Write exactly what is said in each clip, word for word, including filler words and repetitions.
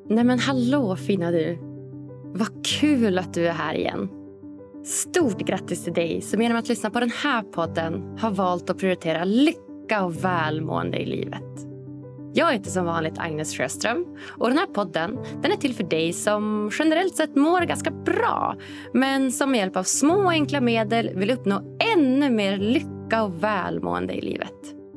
Nej men hallå fina du. Vad kul att du är här igen. Stort grattis till dig som genom att lyssna på den här podden har valt att prioritera lycka och välmående i livet. Jag heter som vanligt Agnes Sjöström och den här podden den är till för dig som generellt sett mår ganska bra men som med hjälp av små enkla medel vill uppnå ännu mer lycka och välmående i livet.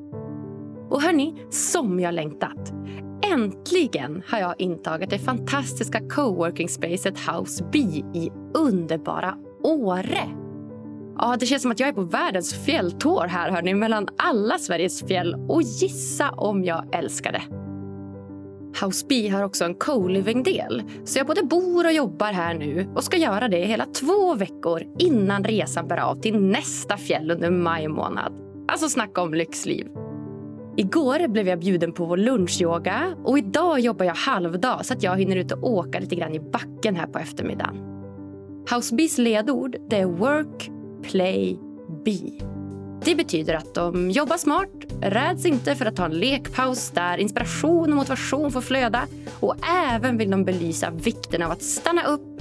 Och hörni, som jag längtat. Äntligen har jag intagit det fantastiska coworking-spacet House B i underbara Åre. Ja, det känns som att jag är på världens fjälltår här hörni, mellan alla Sveriges fjäll och gissa om jag älskar det. House B har också en co-living-del, så jag både bor och jobbar här nu och ska göra det hela två veckor innan resan bär av till nästa fjäll under maj månad. Alltså snacka om lyxliv. Igår blev jag bjuden på vår lunchyoga och idag jobbar jag halvdag så att jag hinner ut och åka lite grann i backen här på eftermiddagen. House B's ledord det är work, play, be. Det betyder att de jobbar smart, räds inte för att ta en lekpaus där inspiration och motivation får flöda och även vill de belysa vikten av att stanna upp,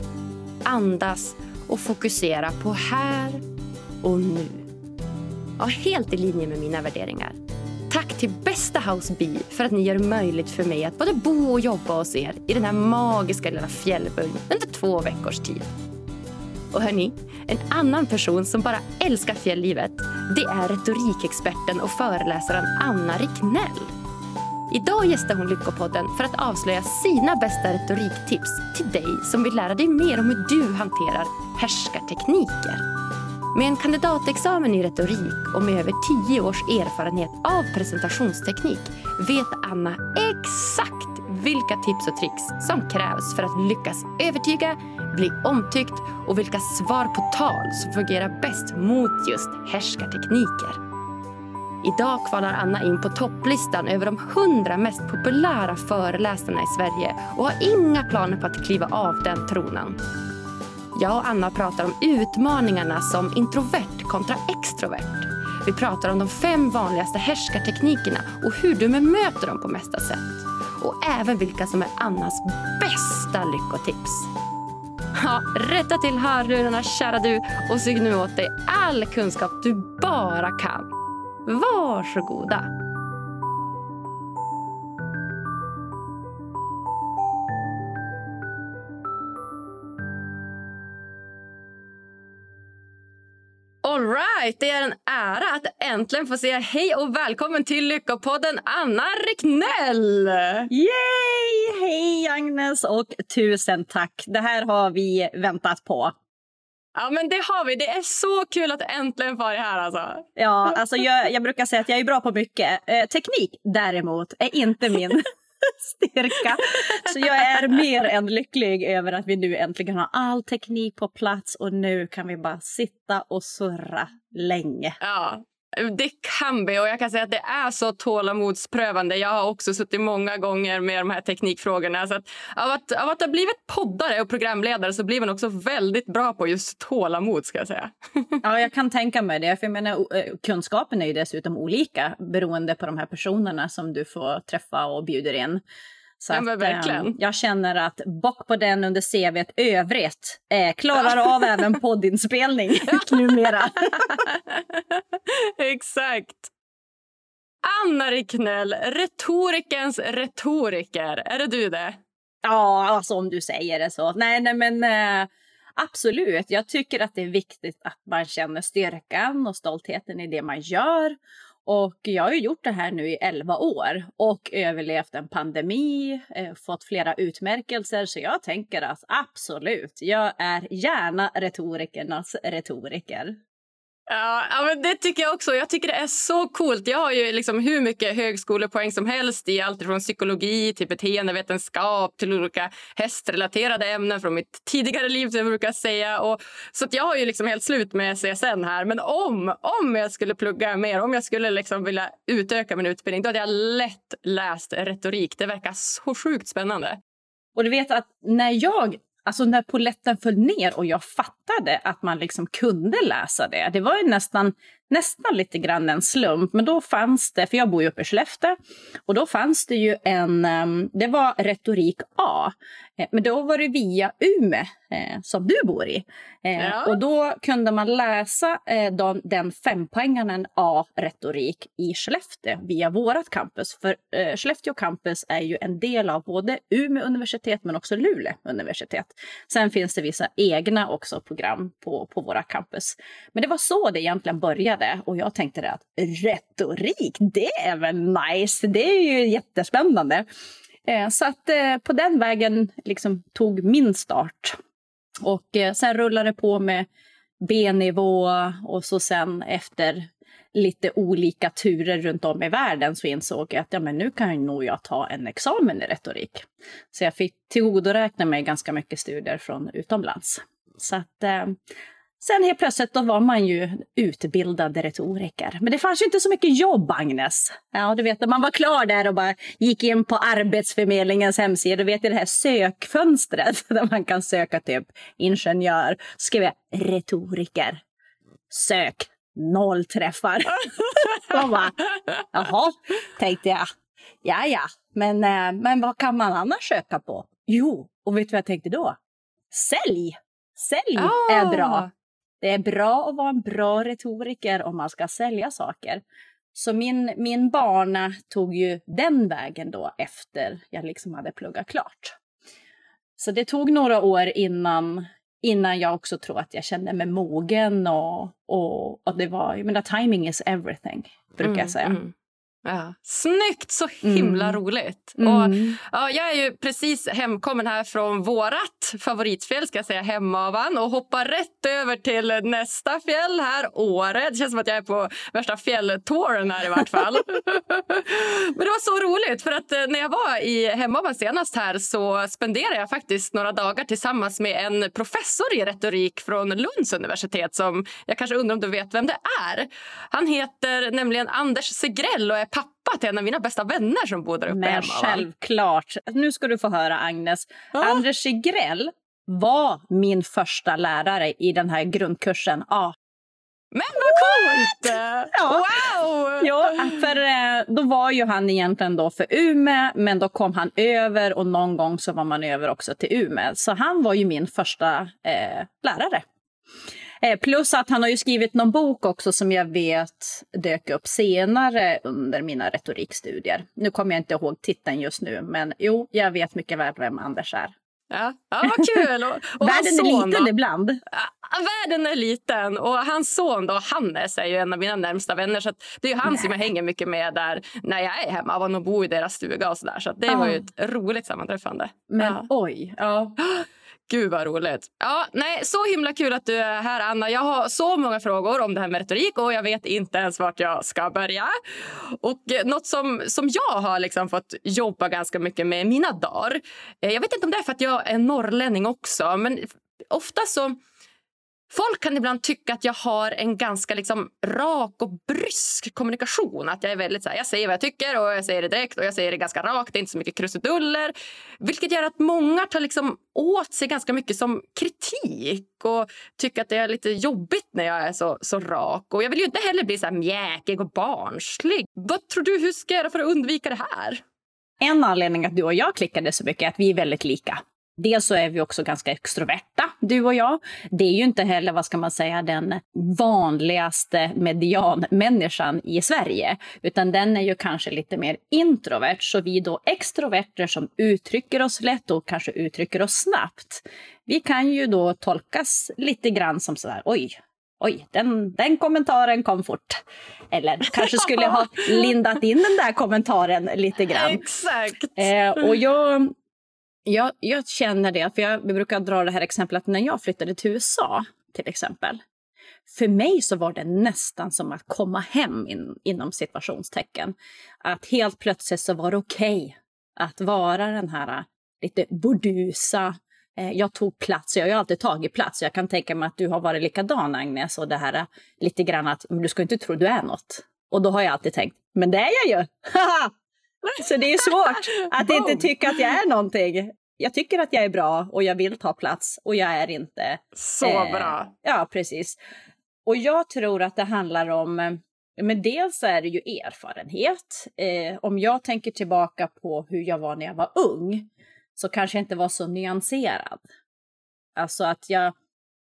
andas och fokusera på här och nu. Ja, helt i linje med mina värderingar. Tack till bästa House B för att ni gör det möjligt för mig att både bo och jobba hos er i den här magiska lilla fjällbyn under två veckors tid. Och hörni, en annan person som bara älskar fjälllivet, det är retorikexperten och föreläsaren Anna Ricknell. Idag gästar hon Lyckopodden för att avslöja sina bästa retoriktips till dig som vill lära dig mer om hur du hanterar härskartekniker. Med en kandidatexamen i retorik och med över tio års erfarenhet av presentationsteknik vet Anna exakt vilka tips och tricks som krävs för att lyckas övertyga, bli omtyckt och vilka svar på tal som fungerar bäst mot just härskartekniker. Idag kvalar Anna in på topplistan över de hundra mest populära föreläsarna i Sverige och har inga planer på att kliva av den tronen. Jag och Anna pratar om utmaningarna som introvert kontra extrovert. Vi pratar om de fem vanligaste härskarteknikerna och hur du bemöter dem på mesta sätt. Och även vilka som är Annas bästa lyckotips. Ja, rätta till hörlurarna kära du och sug nu åt dig all kunskap du bara kan. Varsågoda! All right, det är en ära att äntligen få säga hej och välkommen till Lyckopodden Anna Ricknell! Yay! Hej Agnes och tusen tack. Det här har vi väntat på. Ja men det har vi, det är så kul att äntligen få det här alltså. Ja, alltså jag, jag brukar säga att jag är bra på mycket. Eh, teknik däremot är inte min styrka. Så jag är mer än lycklig över att vi nu äntligen har all teknik på plats och nu kan vi bara sitta och surra länge. Ja, det kan vi och jag kan säga att det är så tålamodsprövande. Jag har också suttit många gånger med de här teknikfrågorna. Så att av, att, av att ha blivit poddare och programledare så blir man också väldigt bra på just tålamod ska jag säga. Ja, jag kan tänka mig det. För jag menar, kunskapen är ju dessutom olika beroende på de här personerna som du får träffa och bjuder in. Så ja, men verkligen. Att, jag känner att bock på den under C V:t övrigt eh, klarar av även poddinspelning numera. Exakt. Anna Ricknell, retorikens retoriker. Är det du det? Ja, alltså om du säger det så. Nej, nej men eh, absolut. Jag tycker att det är viktigt att man känner styrkan och stoltheten i det man gör. Och jag har ju gjort det här nu i elva år och överlevt en pandemi, eh, fått flera utmärkelser. Så jag tänker att absolut, jag är gärna retorikernas retoriker. Ja, ja, men det tycker jag också. Jag tycker det är så coolt. Jag har ju liksom hur mycket högskolepoäng som helst i allt från psykologi till beteendevetenskap till olika hästrelaterade ämnen från mitt tidigare liv som jag brukar säga. Och, så att jag har ju liksom helt slut med C S N här. Men om, om jag skulle plugga mer, om jag skulle liksom vilja utöka min utbildning, då hade jag lätt läst retorik. Det verkar så sjukt spännande. Och du vet att när jag... Alltså när poletten föll ner och jag fattade att man liksom kunde läsa det. Det var ju nästan, nästan lite grann en slump. Men då fanns det, för jag bor ju uppe i Skellefteå. Och då fanns det ju en, det var retorik A. Men då var det via Umeå som du bor i. Ja. Och då kunde man läsa de, den fempoängaren A-retorik i Skellefteå via vårat campus. För Skellefteå campus är ju en del av både Umeå universitet men också Luleå universitet. Sen finns det vissa egna också program på, på våra campus. Men det var så det egentligen började. Och jag tänkte det att retorik, det är väl nice. Det är ju jättespännande. Så att på den vägen liksom tog min start. Och sen rullade det på med B-nivå och så sen efter lite olika turer runt om i världen så insåg jag att ja, men nu kan nog jag ta en examen i retorik. Så jag fick tillgodoräkna mig ganska mycket studier från utomlands. Så att eh, sen helt plötsligt då var man ju utbildad retoriker. Men det fanns ju inte så mycket jobb, Agnes. Ja, du vet när man var klar där och bara gick in på Arbetsförmedlingens hemsida. Du vet i det här sökfönstret där man kan söka typ ingenjör. Skrev jag retoriker. Sök. Noll träffar. Och bara, jaha, tänkte jag. Ja, ja. Men, men vad kan man annars söka på? Jo, och vet du vad jag tänkte då? Sälj. Sälj oh. är bra. Det är bra att vara en bra retoriker om man ska sälja saker. Så min, min bana tog ju den vägen då efter jag liksom hade pluggat klart. Så det tog några år innan, innan jag också tror att jag kände mig mogen. Och, och, och det var, jag menar, timing is everything, brukar mm, jag säga. Mm. Ja. Snyggt, så himla mm. roligt. Mm. Och, ja, jag är ju precis hemkommen här från vårat favoritfjäll, ska jag säga, Hemavan, och hoppar rätt över till nästa fjäll här, Åre. Det känns som att jag är på värsta fjälltouren här i vart fall. Men det var så roligt för att när jag var i Hemavan senast här så spenderade jag faktiskt några dagar tillsammans med en professor i retorik från Lunds universitet som jag kanske undrar om du vet vem det är. Han heter nämligen Anders Segrell och är pappa till en av mina bästa vänner som bor där uppe. Men självklart. Nu ska du få höra, Agnes. Ja. Anders Segrell var min första lärare i den här grundkursen A. Men vad coolt! Ja. Wow! Ja, för då var ju han egentligen då för Umeå, men då kom han över och någon gång så var man över också till Umeå. Så han var ju min första eh, lärare. Plus att han har ju skrivit någon bok också som jag vet dök upp senare under mina retorikstudier. Nu kommer jag inte ihåg titeln just nu, men jo, jag vet mycket väl vem Anders är. Ja, ja vad kul! Och, och världen son, är liten då, ibland. Ja, världen är liten och hans son då, Hannes, är ju en av mina närmsta vänner. Så att det är ju han Nej. som jag hänger mycket med där när jag är hemma och bor i deras stuga och sådär. Så att det ja. var ju ett roligt sammanträffande. Men ja. oj, ja... Gud vad roligt. Ja, nej, så himla kul att du är här, Anna. Jag har så många frågor om det här med retorik och jag vet inte ens vart jag ska börja. Och något som, som jag har liksom fått jobba ganska mycket med mina dagar. Jag vet inte om det är för att jag är norrlänning också, men ofta så... Folk kan ibland tycka att jag har en ganska liksom rak och brysk kommunikation. Att jag är väldigt så här, jag säger vad jag tycker och jag säger det direkt och jag säger det ganska rakt. Det är inte så mycket krusiduller. Vilket gör att många tar liksom åt sig ganska mycket som kritik. Och tycker att det är lite jobbigt när jag är så, så rak. Och jag vill ju inte heller bli så här mjäkig och barnslig. Vad tror du, hur ska jag göra för att undvika det här? En anledning att du och jag klickade så mycket är att vi är väldigt lika. Dels så är vi också ganska extroverta, du och jag. Det är ju inte heller, vad ska man säga, den vanligaste medianmänniskan i Sverige. Utan den är ju kanske lite mer introvert. Så vi då extroverter som uttrycker oss lätt och kanske uttrycker oss snabbt. Vi kan ju då tolkas lite grann som sådär, oj, oj, den, den kommentaren kom fort. Eller kanske skulle ha lindat in den där kommentaren lite grann. Exakt. Eh, och jag... Jag, jag känner det, för jag vi brukar dra det här exemplet när jag flyttade till U S A till exempel. För mig så var det nästan som att komma hem in, inom situationstecken. Att helt plötsligt så var det okej okay att vara den här lite burdusa. Eh, jag tog plats, jag har ju alltid tagit plats. Jag kan tänka mig att du har varit likadan, Agnes, och det här lite grann att men du ska inte tro du är något. Och då har jag alltid tänkt, men det är jag ju! Så det är svårt att inte tycka att jag är någonting. Jag tycker att jag är bra och jag vill ta plats och jag är inte... Så eh, bra. Ja, precis. Och jag tror att det handlar om, men dels är det ju erfarenhet. Eh, om jag tänker tillbaka på hur jag var när jag var ung, så kanske jag inte var så nyanserad. Alltså att jag,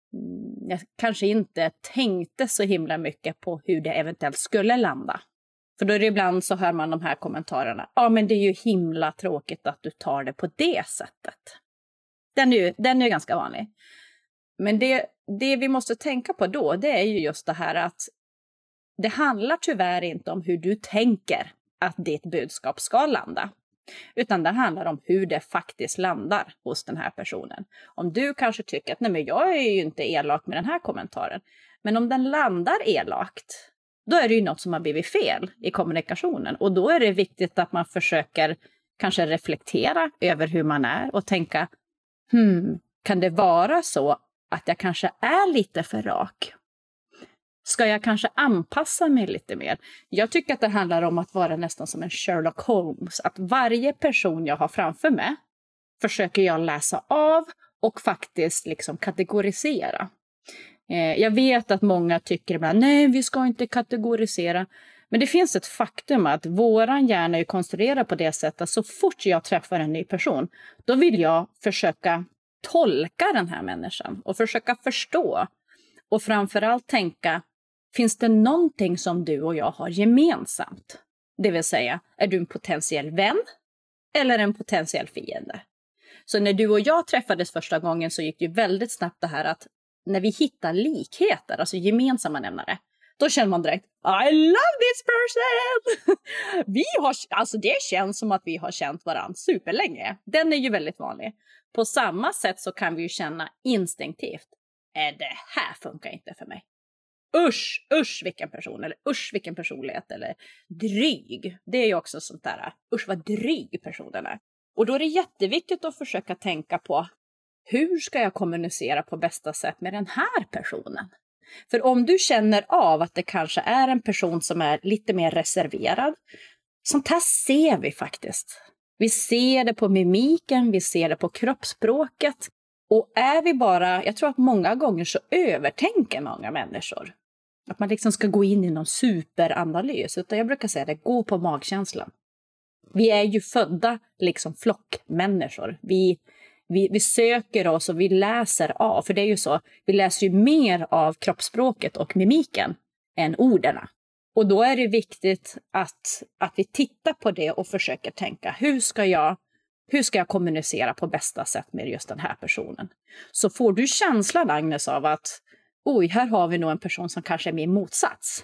jag kanske inte tänkte så himla mycket på hur det eventuellt skulle landa. För då är det ibland så hör man de här kommentarerna. Ja, men det är ju himla tråkigt att du tar det på det sättet. Den är ju, den är ju ganska vanlig. Men det, det vi måste tänka på då, det är ju just det här att det handlar tyvärr inte om hur du tänker att ditt budskap ska landa. Utan det handlar om hur det faktiskt landar hos den här personen. Om du kanske tycker att nej, men jag är ju inte elak med den här kommentaren. Men om den landar elakt, då är det ju något som har blivit fel i kommunikationen. Och då är det viktigt att man försöker kanske reflektera över hur man är och tänka, hmm, kan det vara så att jag kanske är lite för rak? Ska jag kanske anpassa mig lite mer? Jag tycker att det handlar om att vara nästan som en Sherlock Holmes. Att varje person jag har framför mig försöker jag läsa av och faktiskt liksom kategorisera. Eh, jag vet att många tycker ibland, nej vi ska inte kategorisera. Men det finns ett faktum att våran hjärna är konstruerad på det sättet att så fort jag träffar en ny person, då vill jag försöka tolka den här människan och försöka förstå. Och framförallt tänka, finns det någonting som du och jag har gemensamt? Det vill säga, är du en potentiell vän eller en potentiell fiende? Så när du och jag träffades första gången så gick det ju väldigt snabbt det här att när vi hittar likheter, alltså gemensamma nämnare, då känner man direkt, I love this person! vi har, alltså det känns som att vi har känt varandra superlänge. Den är ju väldigt vanlig. På samma sätt så kan vi ju känna instinktivt, är det här funkar inte för mig. Usch, usch vilken person, eller usch vilken personlighet, eller dryg. Det är ju också sånt där, usch vad dryg personen är. Och då är det jätteviktigt att försöka tänka på, hur ska jag kommunicera på bästa sätt med den här personen? För om du känner av att det kanske är en person som är lite mer reserverad, sånt här ser vi faktiskt. Vi ser det på mimiken, vi ser det på kroppsspråket. Och är vi bara, jag tror att många gånger så övertänker många människor. Att man liksom ska gå in i någon superanalys. Utan jag brukar säga det, gå på magkänslan. Vi är ju födda liksom flockmänniskor. Vi, vi, vi söker oss och vi läser av. För det är ju så, vi läser ju mer av kroppsspråket och mimiken än orden. Och då är det viktigt att, att vi tittar på det och försöker tänka, hur ska jag Hur ska jag kommunicera på bästa sätt med just den här personen? Så får du känslan, Agnes, av att oj, här har vi nog en person som kanske är min motsats.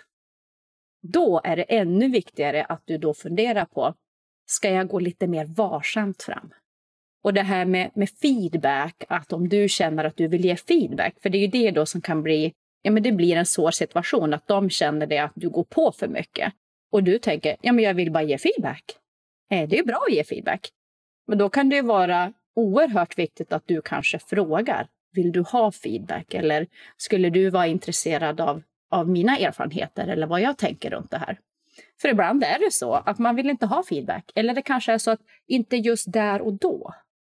Då är det ännu viktigare att du då funderar på, ska jag gå lite mer varsamt fram? Och det här med, med feedback, att om du känner att du vill ge feedback, för det är ju det då som kan bli, ja men det blir en svår situation, att de känner det att du går på för mycket. Och du tänker, ja men jag vill bara ge feedback. Eh, det är ju bra att ge feedback. Men då kan det vara oerhört viktigt att du kanske frågar, vill du ha feedback? Eller skulle du vara intresserad av, av mina erfarenheter eller vad jag tänker runt det här? För ibland är det så att man vill inte ha feedback. Eller det kanske är så att inte just där och då.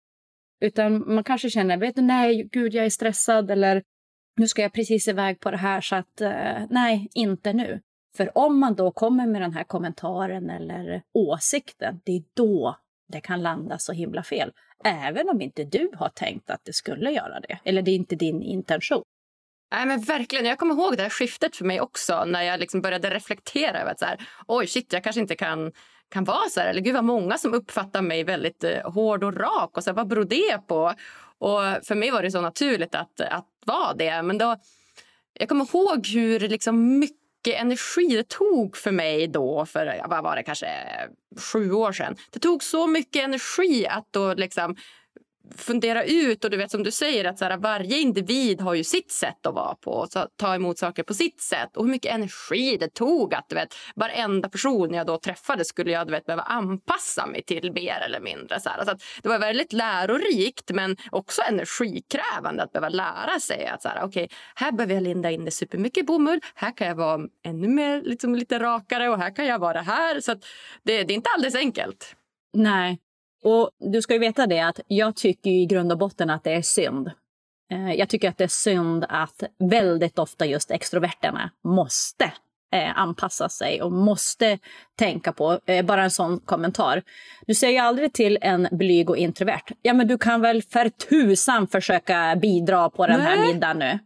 Utan man kanske känner, vet du, nej gud jag är stressad eller nu ska jag precis iväg på det här så att uh, nej, inte nu. För om man då kommer med den här kommentaren eller åsikten, det är då det kan landa så himla fel. Även om inte du har tänkt att det skulle göra det. Eller det är inte din intention. Nej men verkligen, jag kommer ihåg det här skiftet för mig också. När jag liksom började reflektera över att så här, oj shit, jag kanske inte kan, kan vara så här. Eller gud vad många som uppfattar mig väldigt eh, hård och rak. Och så här, vad beror det på? Och för mig var det så naturligt att, att vara det. Men då, jag kommer ihåg hur liksom mycket energi det tog för mig då, för vad var det, kanske sju år sedan. Det tog så mycket energi att då liksom fundera ut, och du vet som du säger att så här, varje individ har ju sitt sätt att vara på och ta emot saker på sitt sätt, och hur mycket energi det tog att du vet, varenda person jag då träffade skulle jag du vet, behöva anpassa mig till mer eller mindre så här. Alltså att det var väldigt lärorikt men också energikrävande att behöva lära sig att så här, okej, här behöver jag linda in det supermycket bomull, här kan jag vara ännu mer liksom, lite rakare och här kan jag vara här, så att det, det är inte alldeles enkelt. Nej. Och du ska ju veta det att jag tycker i grund och botten att det är synd Eh, jag tycker att det är synd att väldigt ofta just extroverterna måste eh, anpassa sig och måste tänka på, eh, bara en sån kommentar. Du säger aldrig till en blyg och introvert, ja men du kan väl för tusan försöka bidra på den här Nej. middagen nu.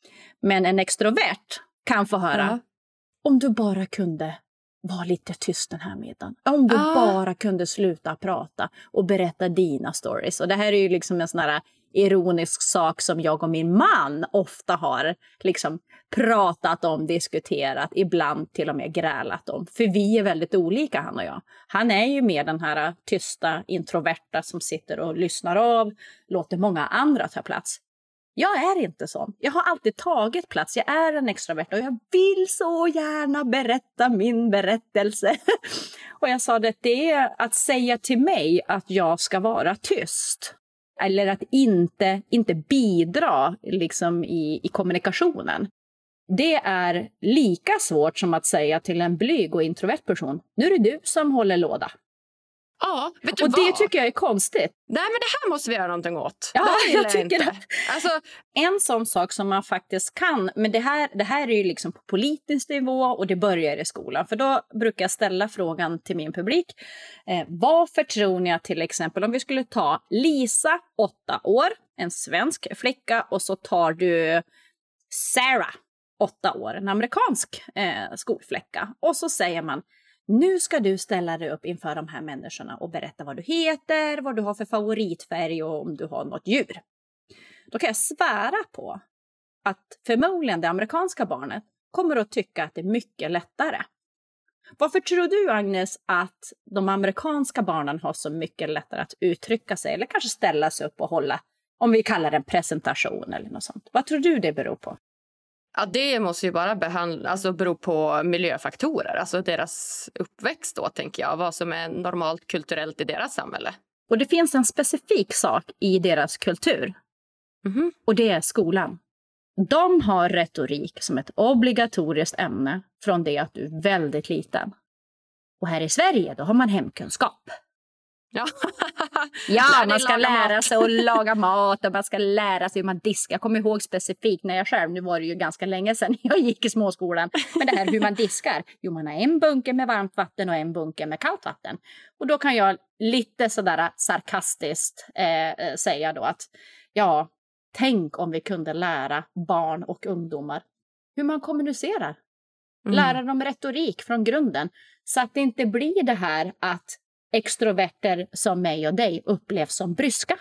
Men en extrovert kan få höra, Ja. om du bara kunde vara lite tyst den här middagen. Om du Ah. bara kunde sluta prata och berätta dina stories. Och det här är ju liksom en sån här ironisk sak som jag och min man ofta har liksom pratat om, diskuterat, ibland till och med grälat om. För vi är väldigt olika, han och jag. Han är ju mer den här tysta, introverta som sitter och lyssnar av, låter många andra ta plats. Jag är inte sån. Jag har alltid tagit plats. Jag är en extrovert och jag vill så gärna berätta min berättelse. Och jag sa att det är att säga till mig att jag ska vara tyst. Eller att inte, inte bidra liksom i, i kommunikationen. Det är lika svårt som att säga till en blyg och introvert person, nu är det du som håller låda. Ja, vet du Och vad? det tycker jag är konstigt. Nej, men det här måste vi göra någonting åt. Ja, det här gillar jag tycker inte. det. Alltså, En sån sak som man faktiskt kan, men det här, det här är ju liksom på politisk nivå och det börjar i skolan. För då brukar jag ställa frågan till min publik. Eh, varför tror ni att till exempel om vi skulle ta Lisa, åtta år, en svensk flicka, och så tar du Sarah, åtta år, en amerikansk eh, skolflicka. Och så säger man, nu ska du ställa dig upp inför de här människorna och berätta vad du heter, vad du har för favoritfärg och om du har något djur. Då kan jag svära på att förmodligen det amerikanska barnet kommer att tycka att det är mycket lättare. Varför tror du, Agnes, att de amerikanska barnen har så mycket lättare att uttrycka sig eller kanske ställa sig upp och hålla, om vi kallar det en presentation eller något sånt? Vad tror du det beror på? ja, det måste ju bara behandla, alltså bero på miljöfaktorer. Alltså deras uppväxt då, tänker jag. Vad som är normalt kulturellt i deras samhälle. Och det finns en specifik sak i deras kultur. Mhm. Och det är skolan. De har retorik som ett obligatoriskt ämne från det att du är väldigt liten. Och här i Sverige då har man hemkunskap. Ja, Ja, Lär dig man ska laga lära mat. sig att laga mat och man ska lära sig hur man diskar. Jag kommer ihåg specifikt när jag själv, nu var det ju ganska länge sedan jag gick i småskolan. Men det här hur man diskar. Jo, man har en bunke med varmt vatten och en bunke med kallt vatten. Och då kan jag lite sådär sarkastiskt eh, säga då att ja, tänk om vi kunde lära barn och ungdomar hur man kommunicerar. Mm. Lära dem retorik från grunden. Så att det inte blir det här att extroverter som mig och dig upplevs som bryska.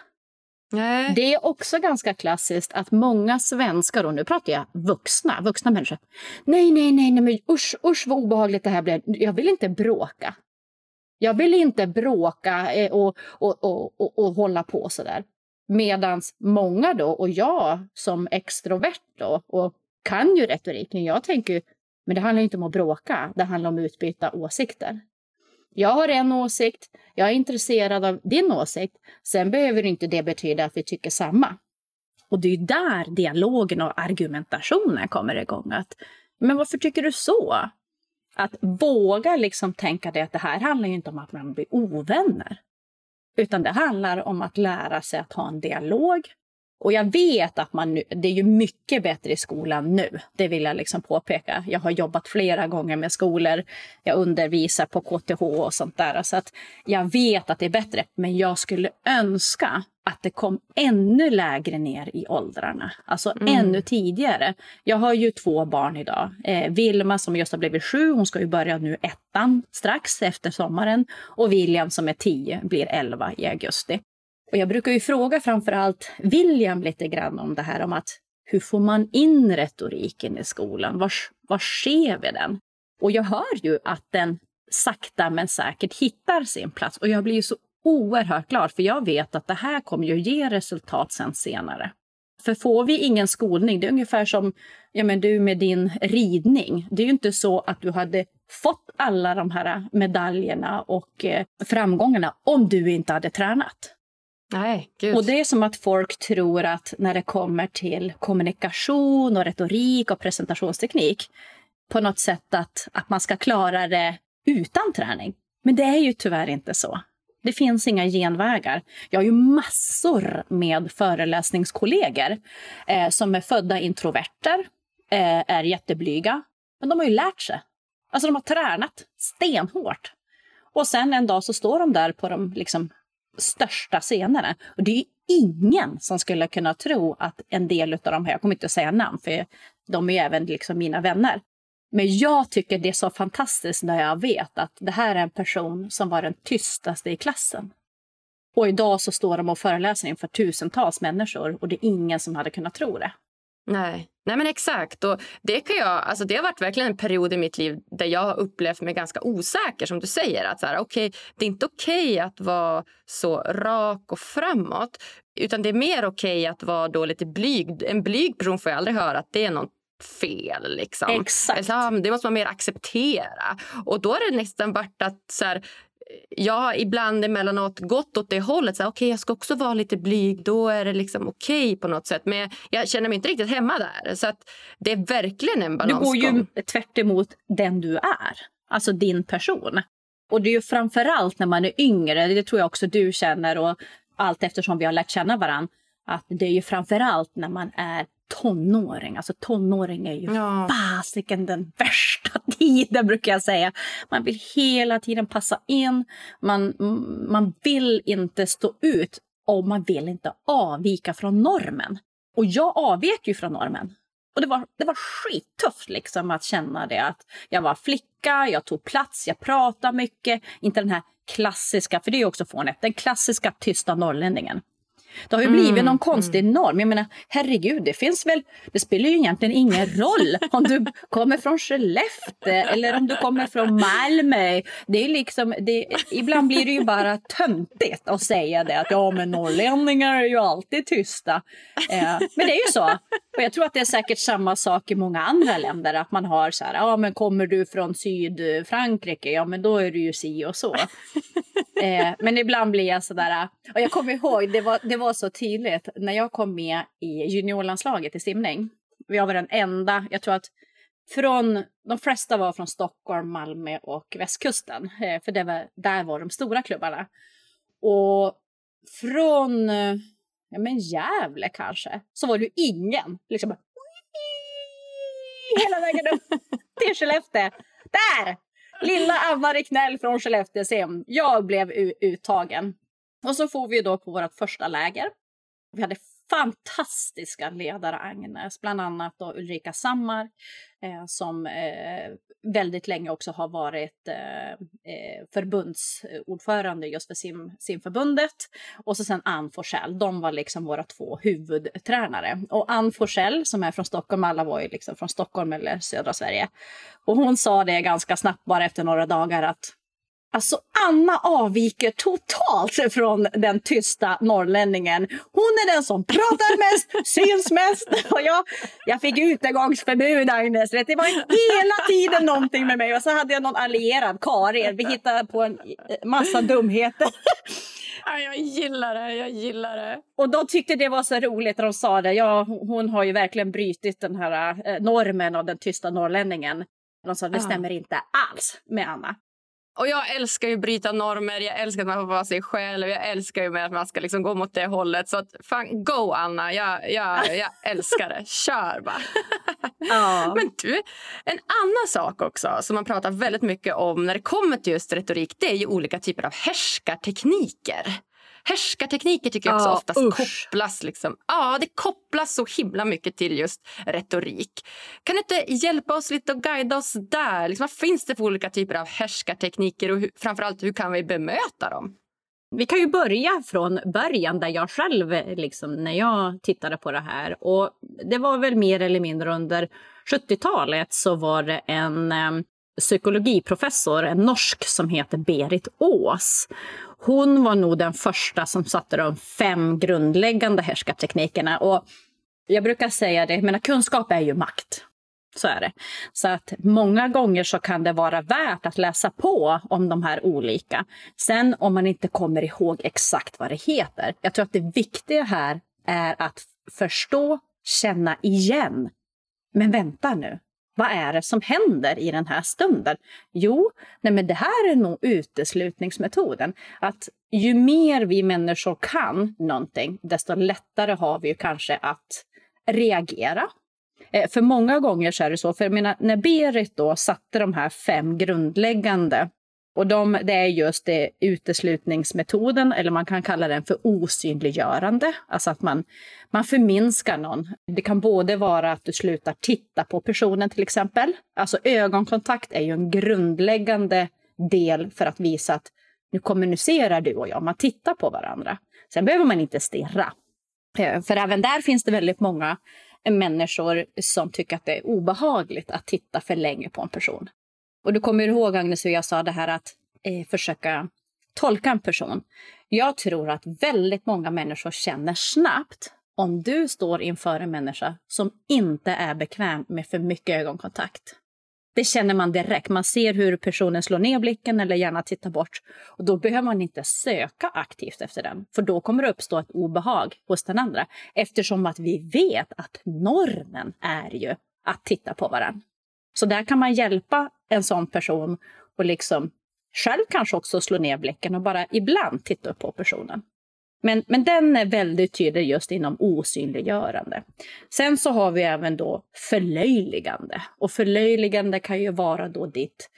Nej. Det är också ganska klassiskt att många svenskar, och nu pratar jag vuxna, vuxna människor. Nej, nej, nej, nej, men usch, usch vad obehagligt det här blev. Jag vill inte bråka. Jag vill inte bråka eh, och, och, och, och, och hålla på sådär. Medans många då, och jag som extrovert då, och kan ju retoriken, jag tänker ju, men det handlar inte om att bråka, det handlar om att utbyta åsikter. Jag har en åsikt, jag är intresserad av din åsikt, sen behöver inte det betyda att vi tycker samma. Och det är ju där dialogen och argumentationen kommer igång. Att, men varför tycker du så? Att våga liksom tänka det att det här handlar ju inte om att man blir ovänner. Utan det handlar om att lära sig att ha en dialog. Och jag vet att man nu, det är ju mycket bättre i skolan nu. Det vill jag liksom påpeka. Jag har jobbat flera gånger med skolor. Jag undervisar på K T H och sånt där. Så att jag vet att det är bättre. Men jag skulle önska att det kom ännu lägre ner i åldrarna. Alltså mm. ännu tidigare. Jag har ju två barn idag. Eh, Vilma som just har blivit sju. Hon ska ju börja nu ettan strax efter sommaren. Och William som är tio blir elva i augusti. Och jag brukar ju fråga framförallt William lite grann om det här om att hur får man in retoriken i skolan? Var, var ser vi den? Och jag hör ju att den sakta men säkert hittar sin plats. Och jag blir ju så oerhört glad för jag vet att det här kommer ju ge resultat sen senare. För får vi ingen skolning, det är ungefär som ja, men du med din ridning. Det är ju inte så att du hade fått alla de här medaljerna och eh, framgångarna om du inte hade tränat. Nej, gud. Och det är som att folk tror att när det kommer till kommunikation och retorik och presentationsteknik på något sätt att, att man ska klara det utan träning. Men det är ju tyvärr inte så. Det finns inga genvägar. Jag har ju massor med föreläsningskollegor eh, som är födda introverter, eh, är jätteblyga. Men de har ju lärt sig. Alltså de har tränat stenhårt. Och sen en dag så står de där på de liksom största scenerna. Och det är ju ingen som skulle kunna tro att en del av de här, jag kommer inte att säga namn för de är ju även liksom mina vänner. Men jag tycker det är så fantastiskt när jag vet att det här är en person som var den tystaste i klassen. Och idag så står de och föreläser inför tusentals människor och det är ingen som hade kunnat tro det. Nej, Nej men exakt. Och det, kan jag, alltså det har varit verkligen en period i mitt liv där jag har upplevt mig ganska osäker som du säger. Att så här, okay, det är inte okej okay att vara så rak och framåt utan det är mer okej okay att vara då lite blyg. En blyg person får jag aldrig höra att det är något fel liksom. Exakt. Så, det måste man mer acceptera. Och då är det nästan varit att så här, jag har ibland emellanåt gått åt det hållet. Okej, okay, jag ska också vara lite blyg. Då är det liksom okej okay på något sätt. Men jag känner mig inte riktigt hemma där. Så att det är verkligen en balansgång. Du går ju tvärt emot den du är. Alltså din person. Och det är ju framförallt när man är yngre. Det tror jag också du känner. Och allt eftersom vi har lärt känna varandra. Att det är ju framförallt när man är tonåring. Alltså tonåring är ju ja. fasiken den värsta tiden brukar jag säga. Man vill hela tiden passa in. Man, man vill inte stå ut och man vill inte avvika från normen. Och jag avvek ju från normen. Och det var, det var skittufft liksom att känna det. Att jag var flicka, jag tog plats, jag pratade mycket. Inte den här klassiska, för det är ju också fånigt, den klassiska tysta norrlänningen. Det har ju blivit mm, någon konstig mm. norm. Jag menar, herregud, det finns väl, det spelar ju egentligen ingen roll om du kommer från Skellefteå eller om du kommer från Malmö. Det är liksom, det, ibland blir det ju bara töntigt att säga det. Att ja, men norrlänningar är ju alltid tysta. Eh, men det är ju så. Och jag tror att det är säkert samma sak i många andra länder. Att man har så här, ja men kommer du från Sydfrankrike? Ja men då är du ju si och så. Eh, men ibland blir jag sådär, och jag kommer ihåg, det var, det var så tydligt när jag kom med i juniorlandslaget i simning. Jag var den enda, jag tror att från, de flesta var från Stockholm, Malmö och västkusten. Eh, för det var, där var de stora klubbarna. Och från, ja men Gävle kanske, så var det ju ingen. Liksom hela vägen upp till Skellefteå. Där! Lilla Anna Ricknell från Skellefteå sim. Jag blev u- uttagen. Och så får vi då på vårt första läger. Vi hade fantastiska ledare Agnes. Bland annat då Ulrika Sammar. Eh, som eh, väldigt länge också har varit eh, förbundsordförande just för sim, simförbundet. Och så sen Ann Forsell. De var liksom våra två huvudtränare. Och Ann Forsell som är från Stockholm. Alla var ju liksom från Stockholm eller södra Sverige. Och hon sa det ganska snabbt bara efter några dagar att alltså Anna avviker totalt från den tysta norrlänningen. Hon är den som pratar mest, syns mest. Och jag, jag fick utegångsförbud, Agnes. Det var hela tiden någonting med mig. Och så hade jag någon allierad, Karin. Vi hittade på en massa dumheter. Ja, jag gillar det, jag gillar det. Och de tyckte det var så roligt när de sa det. Ja, hon har ju verkligen brytit den här normen av den tysta norrlänningen. De sa det stämmer inte alls med Anna. Och jag älskar ju bryta normer, jag älskar att man får vara sig själv, jag älskar ju med att man ska liksom gå mot det hållet. Så att, fan, go Anna, jag, jag, jag älskar det, kör bara. Ja. Men du, en annan sak också som man pratar väldigt mycket om när det kommer till just retorik, det är ju olika typer av härskartekniker. Härskartekniker tycker jag också ja, oftast usch. kopplas liksom. Ja, det kopplas så himla mycket till just retorik. Kan du inte hjälpa oss lite och guida oss där? Liksom, vad finns det för olika typer av härskartekniker och hur, framförallt hur kan vi bemöta dem? Vi kan ju börja från början där jag själv, liksom, när jag tittade på det här. Och det var väl mer eller mindre under sjuttiotalet så var det en eh, psykologiprofessor, en norsk som heter Berit Ås. Hon var nog den första som satte de fem grundläggande härskarteknikerna. Och jag brukar säga det, men kunskap är ju makt. Så är det. Så att många gånger så kan det vara värt att läsa på om de här olika. Sen om man inte kommer ihåg exakt vad det heter. Jag tror att det viktiga här är att förstå, känna igen. Men vänta nu. Vad är det som händer i den här stunden? Jo, nej men det här är nog uteslutningsmetoden. Att ju mer vi människor kan någonting, desto lättare har vi ju kanske att reagera. Eh, för många gånger så är det så, för jag menar, när Berit då satte de här fem grundläggande, och de, det är just det uteslutningsmetoden, eller man kan kalla den för osynliggörande. Alltså att man, man förminskar någon. Det kan både vara att du slutar titta på personen till exempel. Alltså ögonkontakt är ju en grundläggande del för att visa att nu kommunicerar du och jag. Man tittar på varandra. Sen behöver man inte stirra. För även där finns det väldigt många människor som tycker att det är obehagligt att titta för länge på en person. Och du kommer ihåg, Agnes, hur jag sa det här att eh, försöka tolka en person. Jag tror att väldigt många människor känner snabbt om du står inför en människa som inte är bekväm med för mycket ögonkontakt. Det känner man direkt. Man ser hur personen slår ner blicken eller gärna tittar bort. Och då behöver man inte söka aktivt efter den. För då kommer det uppstå ett obehag hos den andra. Eftersom att vi vet att normen är ju att titta på varandra. Så där kan man hjälpa en sån person och liksom själv kanske också slå ner blicken och bara ibland titta upp på personen. Men, men den är väldigt tydlig just inom osynliggörande. Sen så har vi även då förlöjligande. Och förlöjligande kan ju vara då ditt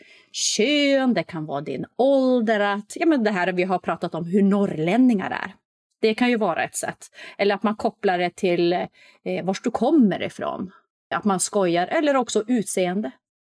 kön, det kan vara din ålder. Att, ja men det här vi har pratat om hur norrlänningar är. Det kan ju vara ett sätt. Eller att man kopplar det till eh, var du kommer ifrån. Att man skojar, eller också utseende.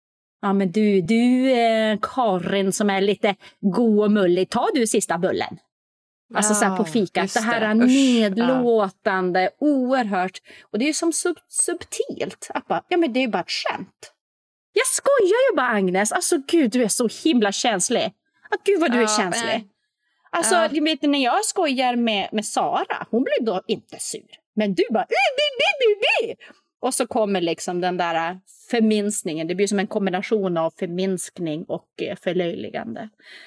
Ja men du, du eh, Karin som är lite god och mullig, ta du sista bullen. Alltså ja, så här på fikat, det här är nedlåtande, ja. Oerhört. Och det är ju som sub- subtilt. Att bara, ja men det är bara ett skämt. Jag skojar ju bara, Agnes. Alltså gud, du är så himla känslig. Ah, gud vad du ja, är känslig. Nej. Alltså ja. Du vet, när jag skojar med, med Sara, hon blir då inte sur. Men du bara, bi, bi, bi, bi. Och så kommer liksom den där förminskningen. Det blir som en kombination av förminskning och förlöjligande.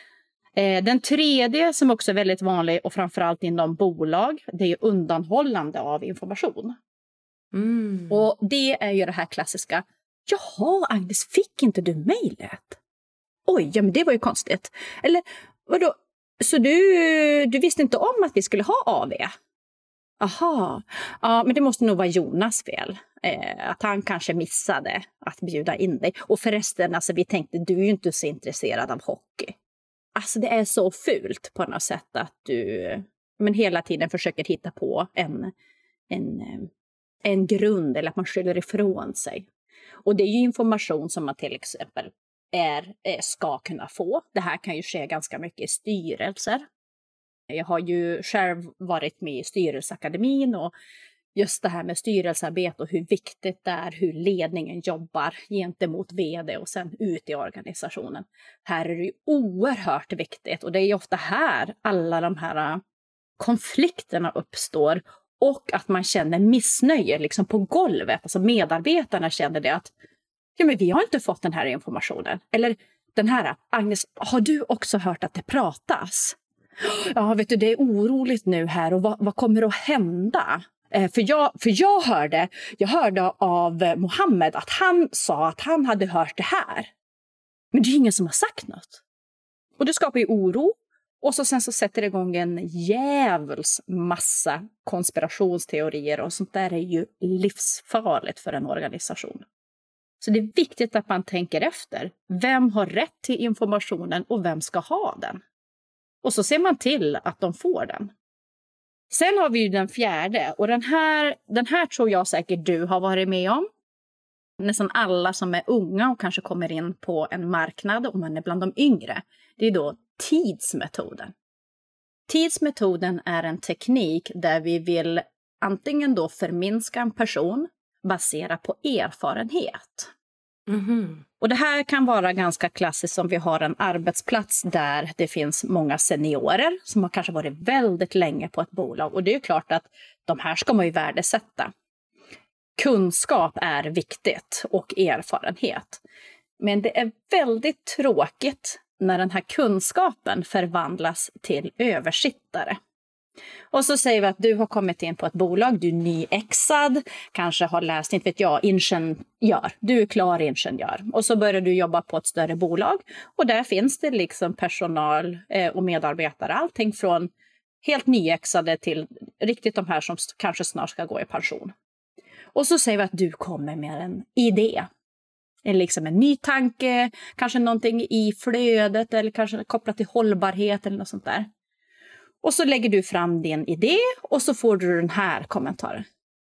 Den tredje som också är väldigt vanlig och framförallt inom bolag, det är undanhållande av information. Mm. Och det är ju det här klassiska, jaha Agnes, fick inte du mejlet? Oj, ja men det var ju konstigt. Eller vadå, så du, du visste inte om att vi skulle ha A V? Aha, ja men det måste nog vara Jonas fel. Eh, att han kanske missade att bjuda in dig. Och förresten, alltså, vi tänkte, du är ju inte så intresserad av hockey. Alltså det är så fult på något sätt att du men hela tiden försöker hitta på en, en, en grund eller att man skyller ifrån sig. Och det är ju information som man till exempel är, ska kunna få. Det här kan ju ske ganska mycket i styrelser. Jag har ju själv varit med i styrelseakademin och just det här med styrelsearbete och hur viktigt det är hur ledningen jobbar gentemot vd och sen ut i organisationen. Här är det ju oerhört viktigt och det är ju ofta här alla de här konflikterna uppstår och att man känner missnöje liksom på golvet. Alltså medarbetarna känner det att ja, men vi har inte fått den här informationen. Eller den här, Agnes, har du också hört att det pratas? Ja, vet du, det är oroligt nu här och vad, vad kommer att hända? Eh, för, jag, för jag hörde, jag hörde av Mohammed att han sa att han hade hört det här. Men det är ingen som har sagt något. Och det skapar ju oro. Och så sen så sätter det igång en jävels massa konspirationsteorier och sånt där är ju livsfarligt för en organisation. Så det är viktigt att man tänker efter. Vem har rätt till informationen och vem ska ha den? Och så ser man till att de får den. Sen har vi ju den fjärde. Och den här, den här tror jag säkert du har varit med om. Nästan alla som är unga och kanske kommer in på en marknad om man är bland de yngre. Det är då tidsmetoden. Tidsmetoden är en teknik där vi vill antingen då förminska en person baserat på erfarenhet. Mm-hmm. Och det här kan vara ganska klassiskt om vi har en arbetsplats där det finns många seniorer som har kanske varit väldigt länge på ett bolag. Och det är ju klart att de här ska man ju värdesätta. Kunskap är viktigt och erfarenhet. Men det är väldigt tråkigt när den här kunskapen förvandlas till översittare. Och så säger vi att du har kommit in på ett bolag, du är nyexad, kanske har läst, inte vet jag, ingenjör. Du är klar ingenjör. Och så börjar du jobba på ett större bolag. Och där finns det liksom personal och medarbetare, allting från helt nyexade till riktigt de här som kanske snart ska gå i pension. Och så säger vi att du kommer med en idé. Liksom en ny tanke, kanske någonting i flödet eller kanske kopplat till hållbarhet eller något sånt där. Och så lägger du fram din idé och så får du den här kommentaren.